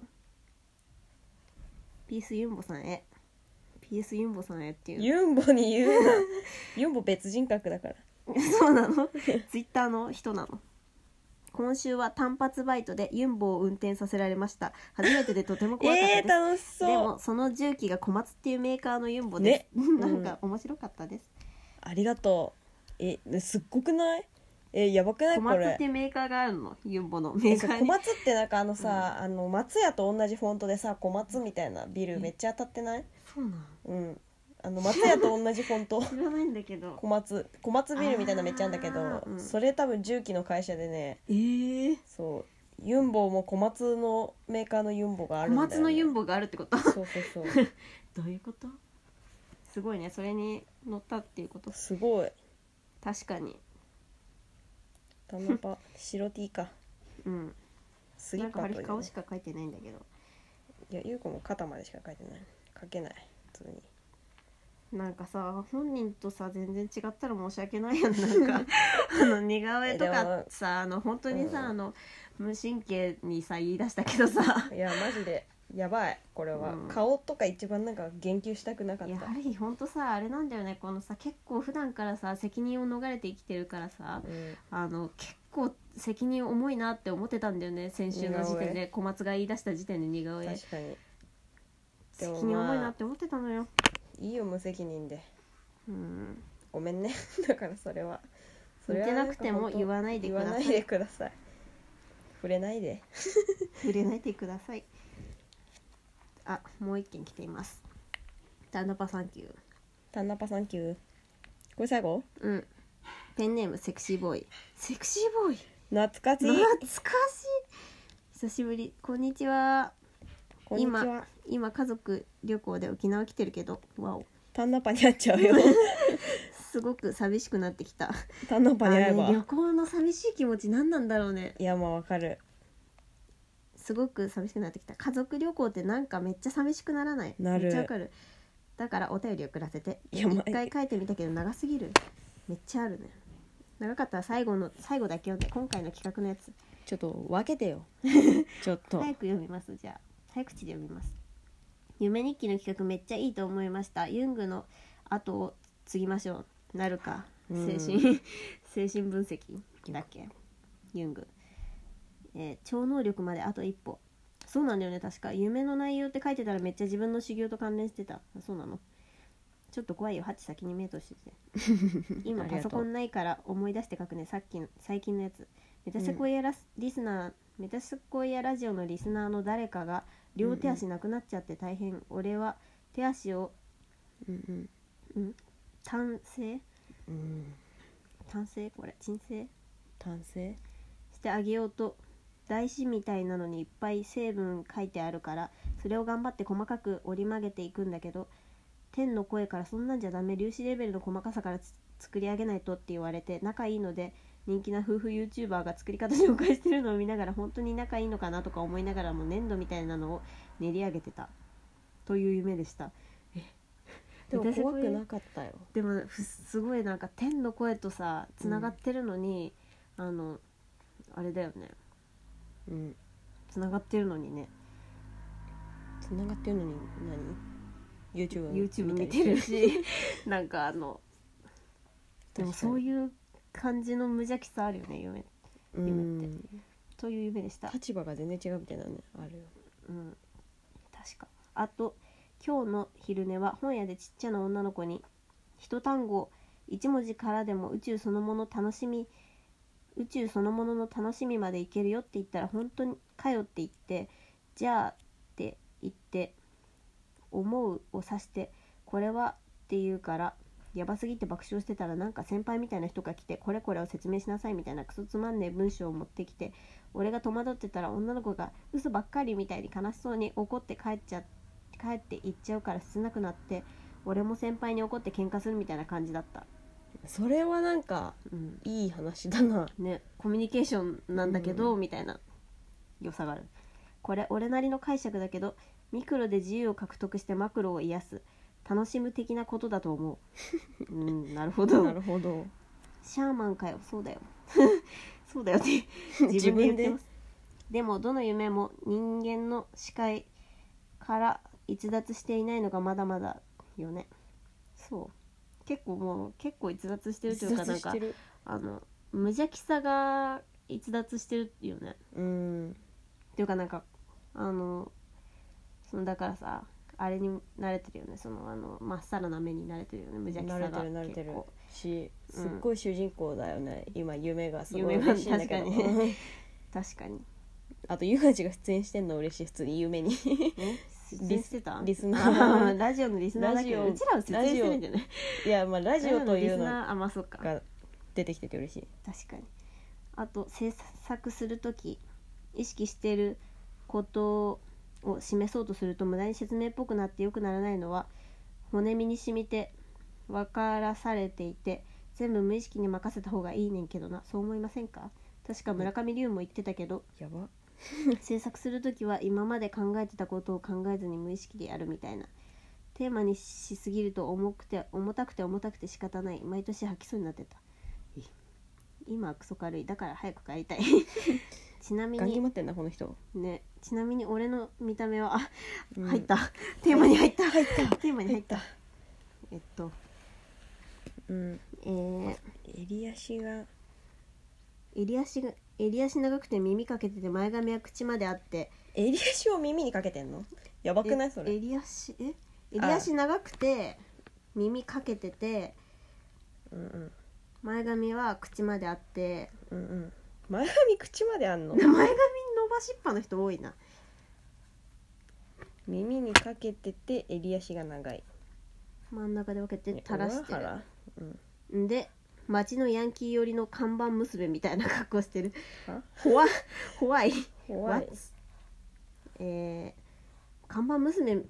ピースユンボさんへっていう。 ユンボに言うなユンボ別人格だからそうなのツイッターの人なの。今週は単発バイトでユンボを運転させられました。初めてでとても怖かったです、 楽しそう。 でもその重機が小松っていうメーカーのユンボです、ねなんか面白かったです、 ありがとう。すっごくない？やばくない？ 小これ松っていうメーカーがあるの、ユンボのメーカー小に。 松ってなんかさ、松屋と同じフォントでさ、小松みたいなビルめっちゃ当たってない？ そうなん松屋と同じフォント知らないんだけど小松ビルみたいなめっちゃあるんだけど、それ多分重機の会社でね、そうユンボも小松のメーカーのユンボがあるんだよ、ね、 小松のユンボがあるってことそうどういうこと？すごいね、それに乗ったっていうこと。 すごい。 確かにタナパ白 T か。 スリッパと、ね、なんか顔しか書いてないんだけど。 いや、ゆうこも肩までしか書いてない。書けない普通に。 なんかさ、本人とさ全然違ったら申し訳ないよね。なんか似顔絵とかさ、本当にさ、無神経にさ言い出したけどさ、 いやマジでやばいこれは、顔とか一番なんか言及したくなかった。 やはり本当さ、あれなんだよね、このさ、結構普段からさ責任を逃れて生きてるからさ、結構責任重いなって思ってたんだよね、先週の時点で。小松が言い出した時点で似顔絵、 確かに責任重いなって思ってたのよ。 いいよ無責任で、ごめんねだからそれは似てなくても言わないでください。 言わないでください。触れないでください。あ、もう一件来ています。タンナパサンキュー。 タンナパサンキュー。これ最後？ ペンネームセクシーボーイ。セクシーボーイ。 懐かしい。 久しぶり。こんにちは。今家族旅行で沖縄来てるけど、わお。 タンナパに会っちゃうよすごく寂しくなってきた。 タンナパに会えば、 旅行の寂しい気持ち何なんだろうね。 いやまあわかる。 すごく寂しくなってきた。家族旅行ってなんかめっちゃ寂しくならない？ なる。 めっちゃわかる。だからお便り送らせて。 一回書いてみたけど長すぎる。めっちゃあるね。長かったら最後だけ読んで、今回の企画のやつちょっと分けてよちょっと早く読みます。じゃあ早口で読みます。夢日記の企画めっちゃいいと思いました。ユングの後を継ぎましょう。なるか。精神分析だっけ、ユング。超能力まであと一歩。そうなんだよね、確か夢の内容って書いてたらめっちゃ自分の修行と関連してた。そうなの？ちょっと怖いよ。ハチ先に目通してて今パソコンないから思い出して書くね。最近のやつ。メタセコイアラジオのリスナーの誰かが両手足なくなっちゃって大変。俺は手足を単性これ鎮静してあげようと、台紙みたいなのにいっぱい成分書いてあるから、それを頑張って細かく折り曲げていくんだけど、天の声からそんなんじゃダメ、粒子レベルの細かさから作り上げないとって言われて、仲いいので人気な夫婦 YouTuber が作り方紹介してるのを見ながら、本当に仲いいのかなとか思いながらも粘土みたいなのを練り上げてたという夢でした。 でも怖くなかったよ。 でもすごいなんか天の声とさつながってるのに、あれだよね、つながってるのにね。 つながってるのに何？ YouTube 見てるしなんかでもそういう感じの無邪気さあるよね、夢。 夢って、という夢でした。 立場が全然違うみたいなねあるよ。 確か。あと今日の昼寝は本屋でちっちゃな女の子に一単語一文字からでも宇宙そのものの楽しみまでいけるよって言ったら本当にかよって言って、じゃあって言って思うを指してこれはって言うからやばすぎて爆笑してたら、なんか先輩みたいな人が来てこれこれを説明しなさいみたいなクソつまんねえ文章を持ってきて、俺が戸惑ってたら女の子が嘘ばっかりみたいに悲しそうに怒って帰って行っちゃうから切なくなって、俺も先輩に怒って喧嘩するみたいな感じだった。 それはなんか、いい話だなね。コミュニケーションなんだけど、みたいな良さがある。これ俺なりの解釈だけど、ミクロで自由を獲得してマクロを癒す楽しむ的なことだと思う。なるほどなるほど。 シャーマンかよ。そうだよそうだよって自分で言ってます。でもどの夢も人間の視界から逸脱していないのがまだまだよね。そう結構逸脱してるというか、なんか無邪気さが逸脱してるよね。っていうかなんかだからさ、あれに慣れてるよね。まっさらな目に慣れてるよね。無邪気さが慣れてるし、すっごい主人公だよね、今夢がすごい夢嬉しいんだけど確かにあとゆうあちが出演してんの嬉しい。普通に夢に出演してたリスナーラジオのリスナーだけど、うちらは出演してるんじゃないいや、まあラジオというのが出てきてて嬉しい。 確かに。あと制作するとき意識してることを示そうとすると無駄に説明っぽくなって良くならないのは骨身に染みて分からされていて、全部無意識に任せた方がいいねんけどな。そう思いませんか？確か村上龍も言ってたけど、 やば制作するときは今まで考えてたことを考えずに無意識でやるみたいな。テーマにしすぎると重たくて仕方ない。毎年吐きそうになってた。今はクソ軽い。だから早く帰りたいちなみにガン決まってんなこの人ね。ちなみに俺の見た目は入ったテーマに入ったテーマに入った襟足長くて耳かけてて前髪は口まであって、 襟足を耳にかけてんのやばくないそれ。 襟足長くて耳かけてて、前髪は口まであって、 前髪口まであんの前髪伸ばしっぱの人多いな。 耳にかけてて襟足が長い。 真ん中で分けて垂らしてる。 で街のヤンキー寄りの看板娘みたいな格好してる。怖い看板娘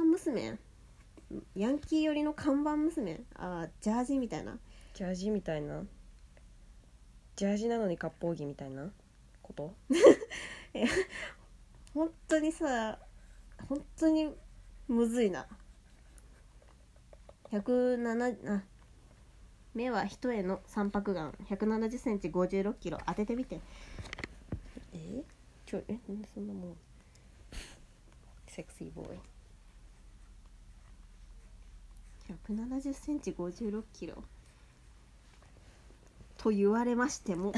ヤンキー寄りの看板娘。ジャージみたいなジャージなのに割烹着みたいなこと本当にむずいな。目は一重の三白眼、170センチ56キロ。当ててみて。 なんでそんなもん。セクシーボーイ。 170センチ56キロと言われましても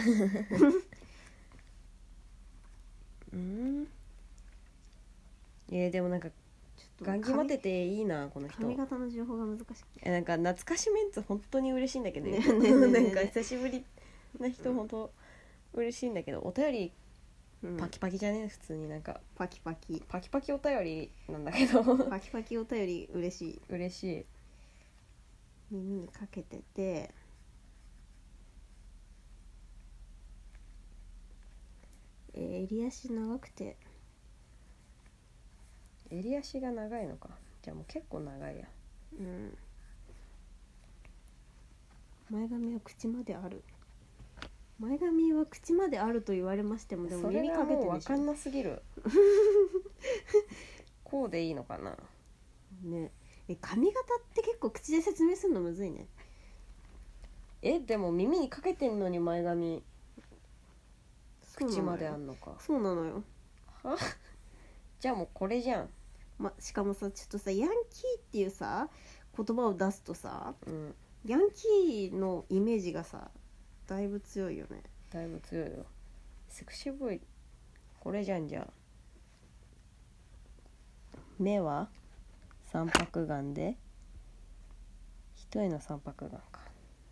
でもなんかガン決まってていいなこの人。 髪型の情報が難しい。 なんか懐かしメンツ本当に嬉しいんだけどねなんか久しぶりな人本当嬉しいんだけど、お便りパキパキじゃねえ普通になんかパキパキお便りなんだけどパキパキお便り嬉しい。耳にかけてて襟足長くて襟足が長いのか。じゃあもう結構長いや。 前髪は口まである。前髪は口まであると言われましても、でも耳かけてるでしょ。それがもう分かんなすぎるこうでいいのかなね。髪型って結構口で説明するのむずいね。 でも耳にかけてんのに前髪口まであんのか。 そうなのよ。 はじゃあもうこれじゃん。 しかもさ、ちょっとさ、ヤンキーっていうさ言葉を出すとさ、ヤンキーのイメージがさだいぶ強いよね。 だいぶ強いよ。 セクシーボーイこれじゃん。じゃあ目は三白眼で一重の三白眼か。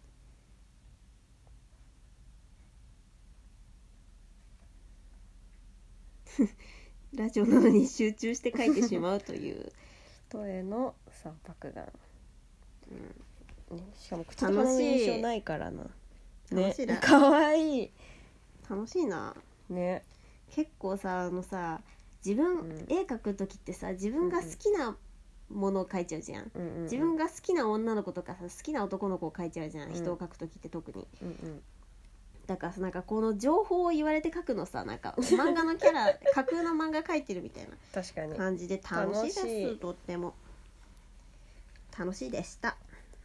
ラジオなのに集中して書いてしまうという一重の三白眼、ね、しかも口と楽しい鼻の印象ないからな。 楽しいな、 かわいい楽しいな。 ね。 結構さ自分、絵描く時ってさ自分が好きなものを描いちゃうじゃん、自分が好きな女の子とかさ好きな男の子を描いちゃうじゃん、人を描く時って特に、だからさなんかこの情報を言われて描くのさなんか漫画のキャラ架空の漫画描いてるみたいな確かに感じで楽しいです。 楽しいとっても楽しいでした。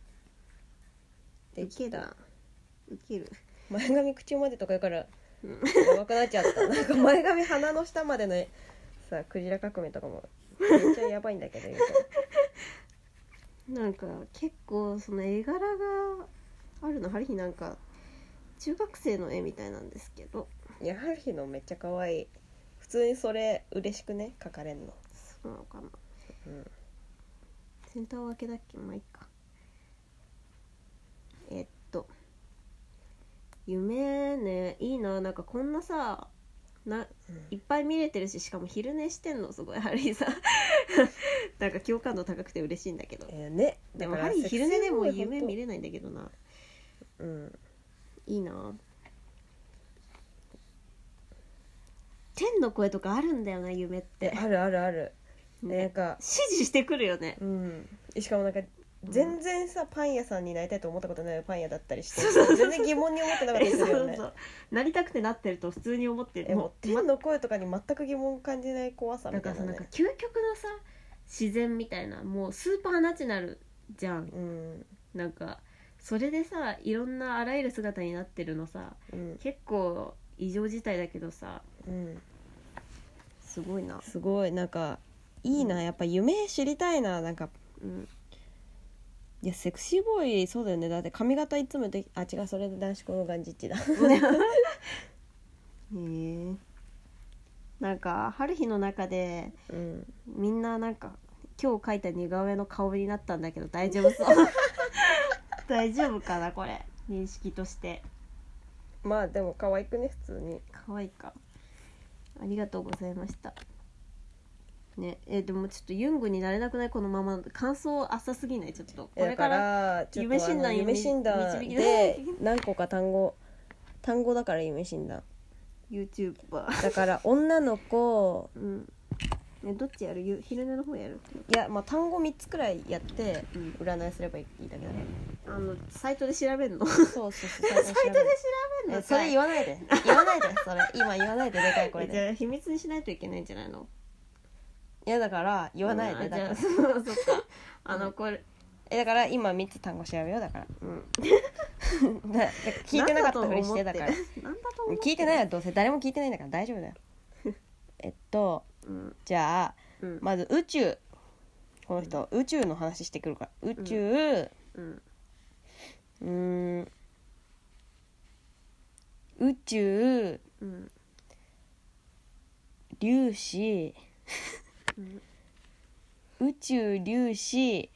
できた。 ウケる。 前髪口までとかやからやばくなっちゃったなんか前髪鼻の下までのさクジラ革命とかもめっちゃやばいんだけどなんか結構その絵柄があるの春日なんか中学生の絵みたいなんですけど。 いや春日のめっちゃ可愛い。普通にそれ嬉しくね描かれんの。 そうなのかな、センター分けだっけ。まあいいか。夢ねいいな。なんかこんなさいっぱい見れてるし、しかも昼寝してんのすごいハリーさなんか共感度高くて嬉しいんだけど、 ね、 でもハリー昼寝でも夢見れないんだけどな。いいな。天の声とかあるんだよな夢って。 あるあるある、ね、なんか指示してくるよね。 しかもなんか全然さ、パン屋さんになりたいと思ったことないパン屋だったりして全然疑問に思ってなかったりするよねそうなりたくてなってると普通に思ってる。 もう天の声とかに全く疑問感じない怖さみたいな、ね、 だからさなんか究極のさ自然みたいなもうスーパーナチュラルじゃん、なんかそれでさいろんなあらゆる姿になってるのさ、結構異常事態だけどさ、すごいな。 すごいなんかいいな、やっぱ夢知りたいな。なんかいやセクシーボーイそうだよね。だって髪型いつもで違う、それで男子校のガンジッチだへえ。なんか春日の中で、みんななんか今日描いた似顔絵の顔になったんだけど大丈夫そう大丈夫かなこれ認識として。 まあでも可愛くね普通に。 可愛いか。ありがとうございましたね。でもちょっとユングになれなくないこのまま。感想浅すぎない。ちょっとこれから夢診断で何個か単語だから夢診断 YouTuber だから女の子どっちやる？昼寝の方やる？ いやまあ単語3つくらいやって占いすればいいだけだね。 サイトで調べるのそうサイトで調べるのそれ言わないでそれ今言わないで。でかいこれでじゃあ秘密にしないといけないんじゃないの？ いやだから言わないで。だからそっかこれだから今3つ単語調べよう。だから聞いてなかったふりして。だから聞いてないよ。どうせ誰も聞いてないんだから大丈夫だよじゃあ、まず宇宙。この人、宇宙の話してくるから。宇宙宇宙粒子宇宙粒子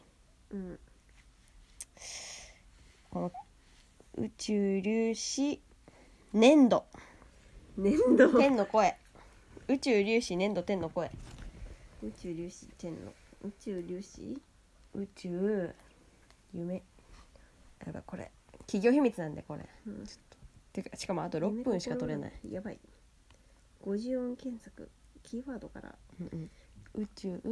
この宇宙粒子粘土天の声。宇宙粒子粘土天の声。 宇宙粒子天の宇宙粒子宇宙夢。やばいこれ企業秘密なんでこれ、ちょっとてかしかもあと6分しか取れない。 やばい。50音検索キーワードから、 宇宙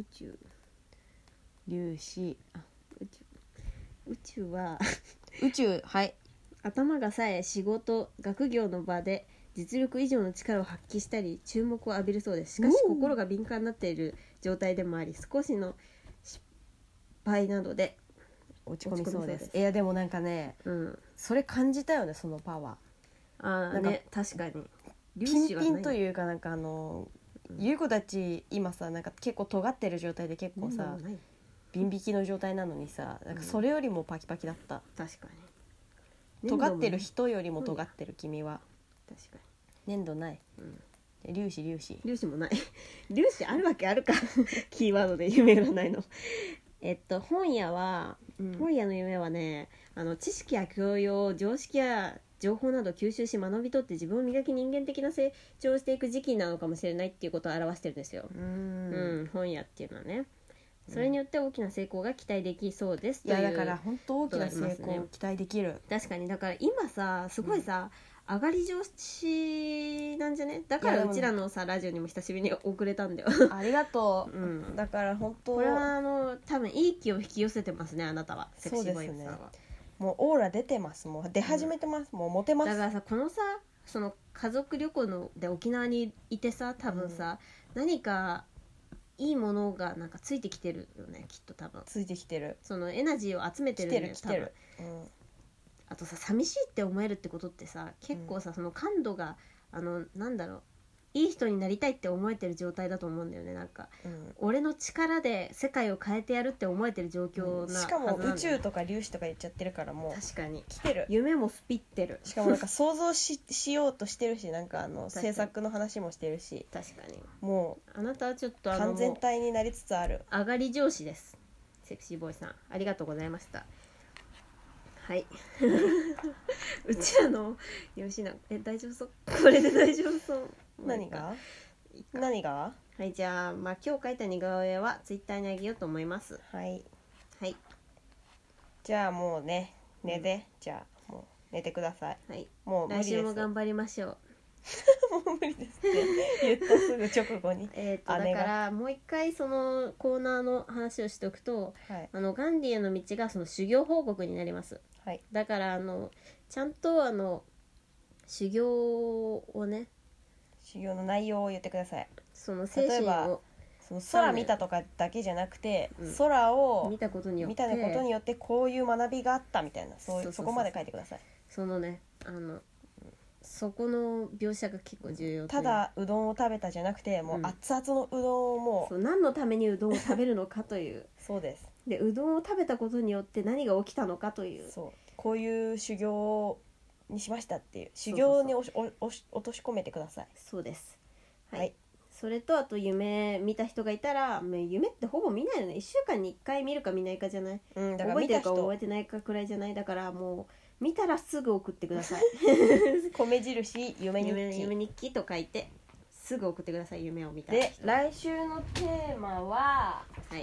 粒子宇宙は宇宙はい頭がさえ仕事学業の場で実力以上の力を発揮したり注目を浴びるそうです。しかし心が敏感になっている状態でもあり少しの失敗などで落ち込みそうです。いやでもなんかね、それ感じたよねそのパワー。 なんかね確かにピンピンというかなんかゆう子たち今さなんか結構尖ってる状態で結構さビン引きの状態なのにさなんかそれよりもパキパキだった。 確かに尖ってる人よりも尖ってる君は。 確か粘土ない、粒子粒子もない粒子あるわけあるかキーワードで夢占いの本屋は、本屋の夢はね、知識や教養、常識や情報などを吸収し学び取って自分を磨き人間的な成長をしていく時期なのかもしれないっていうことを表してるんですよ。本屋っていうのはね、それによって大きな成功が期待できそうですという。 いやだから本当大きな成功を期待できる。 確かに、だから今さすごいさ、上がり調子なんじゃね。だからうちらのさラジオにも久しぶりに遅れたんだよありがとう、だから本当これは多分いい気を引き寄せてますね、あなたは。セクシーボイスさんは、 もうオーラ出てます。もう出始めてます、もうモテます。 だからさ、このさ、その家族旅行ので沖縄にいてさ、多分さ、何かいいものがなんかついてきてるよね、きっと。多分ついてきてる。 そのエナジーを集めてるんだよ、 来てる、 あとさ、寂しいって思えるってことってさ、結構さ、その感度がなんだろう、いい人になりたいって思えてる状態だと思うんだよね。なんか、俺の力で世界を変えてやるって思えてる状況な、 しかも宇宙とか粒子とか言っちゃってるからもう確かに来てる。 夢もスピってる。 しかもなんか想像 しようとしてるし、なんか制作の話もしてるし、 確かにもうあなたはちょっと完全体になりつつある。 上がり上司です。セクシーボーイさん、ありがとうございました。はいうちらのよしな、大丈夫そう、これで大丈夫そう。 何がはい、じゃあ、今日描いた似顔絵はツイッターにあげようと思います。 はい、 じゃあもうね、寝て、じゃあもう寝てください。 はい、 もう無理です。 来週も頑張りましょうもう無理ですって言ったすぐ直後にだからもう一回そのコーナーの話をしておくと、ガンディへの道がその修行報告になります。だからちゃんと修行をね、 修行の内容を言ってください。 その精神を、 その空見たとかだけじゃなくて、空を見たことによってこういう学びがあったみたいな、そこまで書いてください。 そのね、そこの描写が結構重要。 ただうどんを食べたじゃなくて、もう熱々のうどんをもう、 何のためにうどんを食べるのかというそうです。 で、うどんを食べたことによって何が起きたのかという、 こういう修行にしましたっていう、修行に落とし込めてください。 そうです。はい、それとあと夢見た人がいたら、夢ってほぼ見ないよね。1週間に1回見るか見ないかじゃない、だから覚えてるか覚えてないかくらいじゃない。だからもう見たらすぐ送ってください米印夢日記と書いてすぐ送ってください、夢を見たら。 で、来週のテーマは、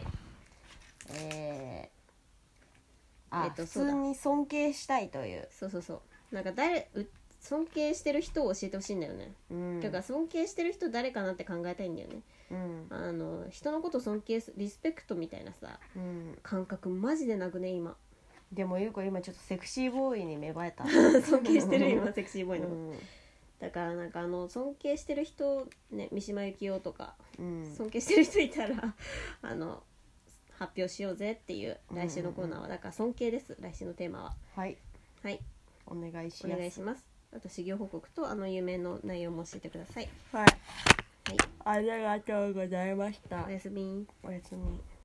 普通に尊敬したいという。 なんか尊敬してる人を教えてほしいんだよね。だから尊敬してる人誰かなって考えたいんだよね。人のこと尊敬リスペクトみたいなさ、感覚マジでなくね今。 でもゆうこ今ちょっとセクシーボーイに芽生えた尊敬してる今セクシーボーイの、だからなんか尊敬してる人ね、三島由紀夫とか、尊敬してる人いたら発表しようぜっていう来週のコーナーは、だから尊敬です。来週のテーマは。はい、 お願いします。あと修行報告と夢の内容も教えてください。 ありがとうございました。 おやすみ。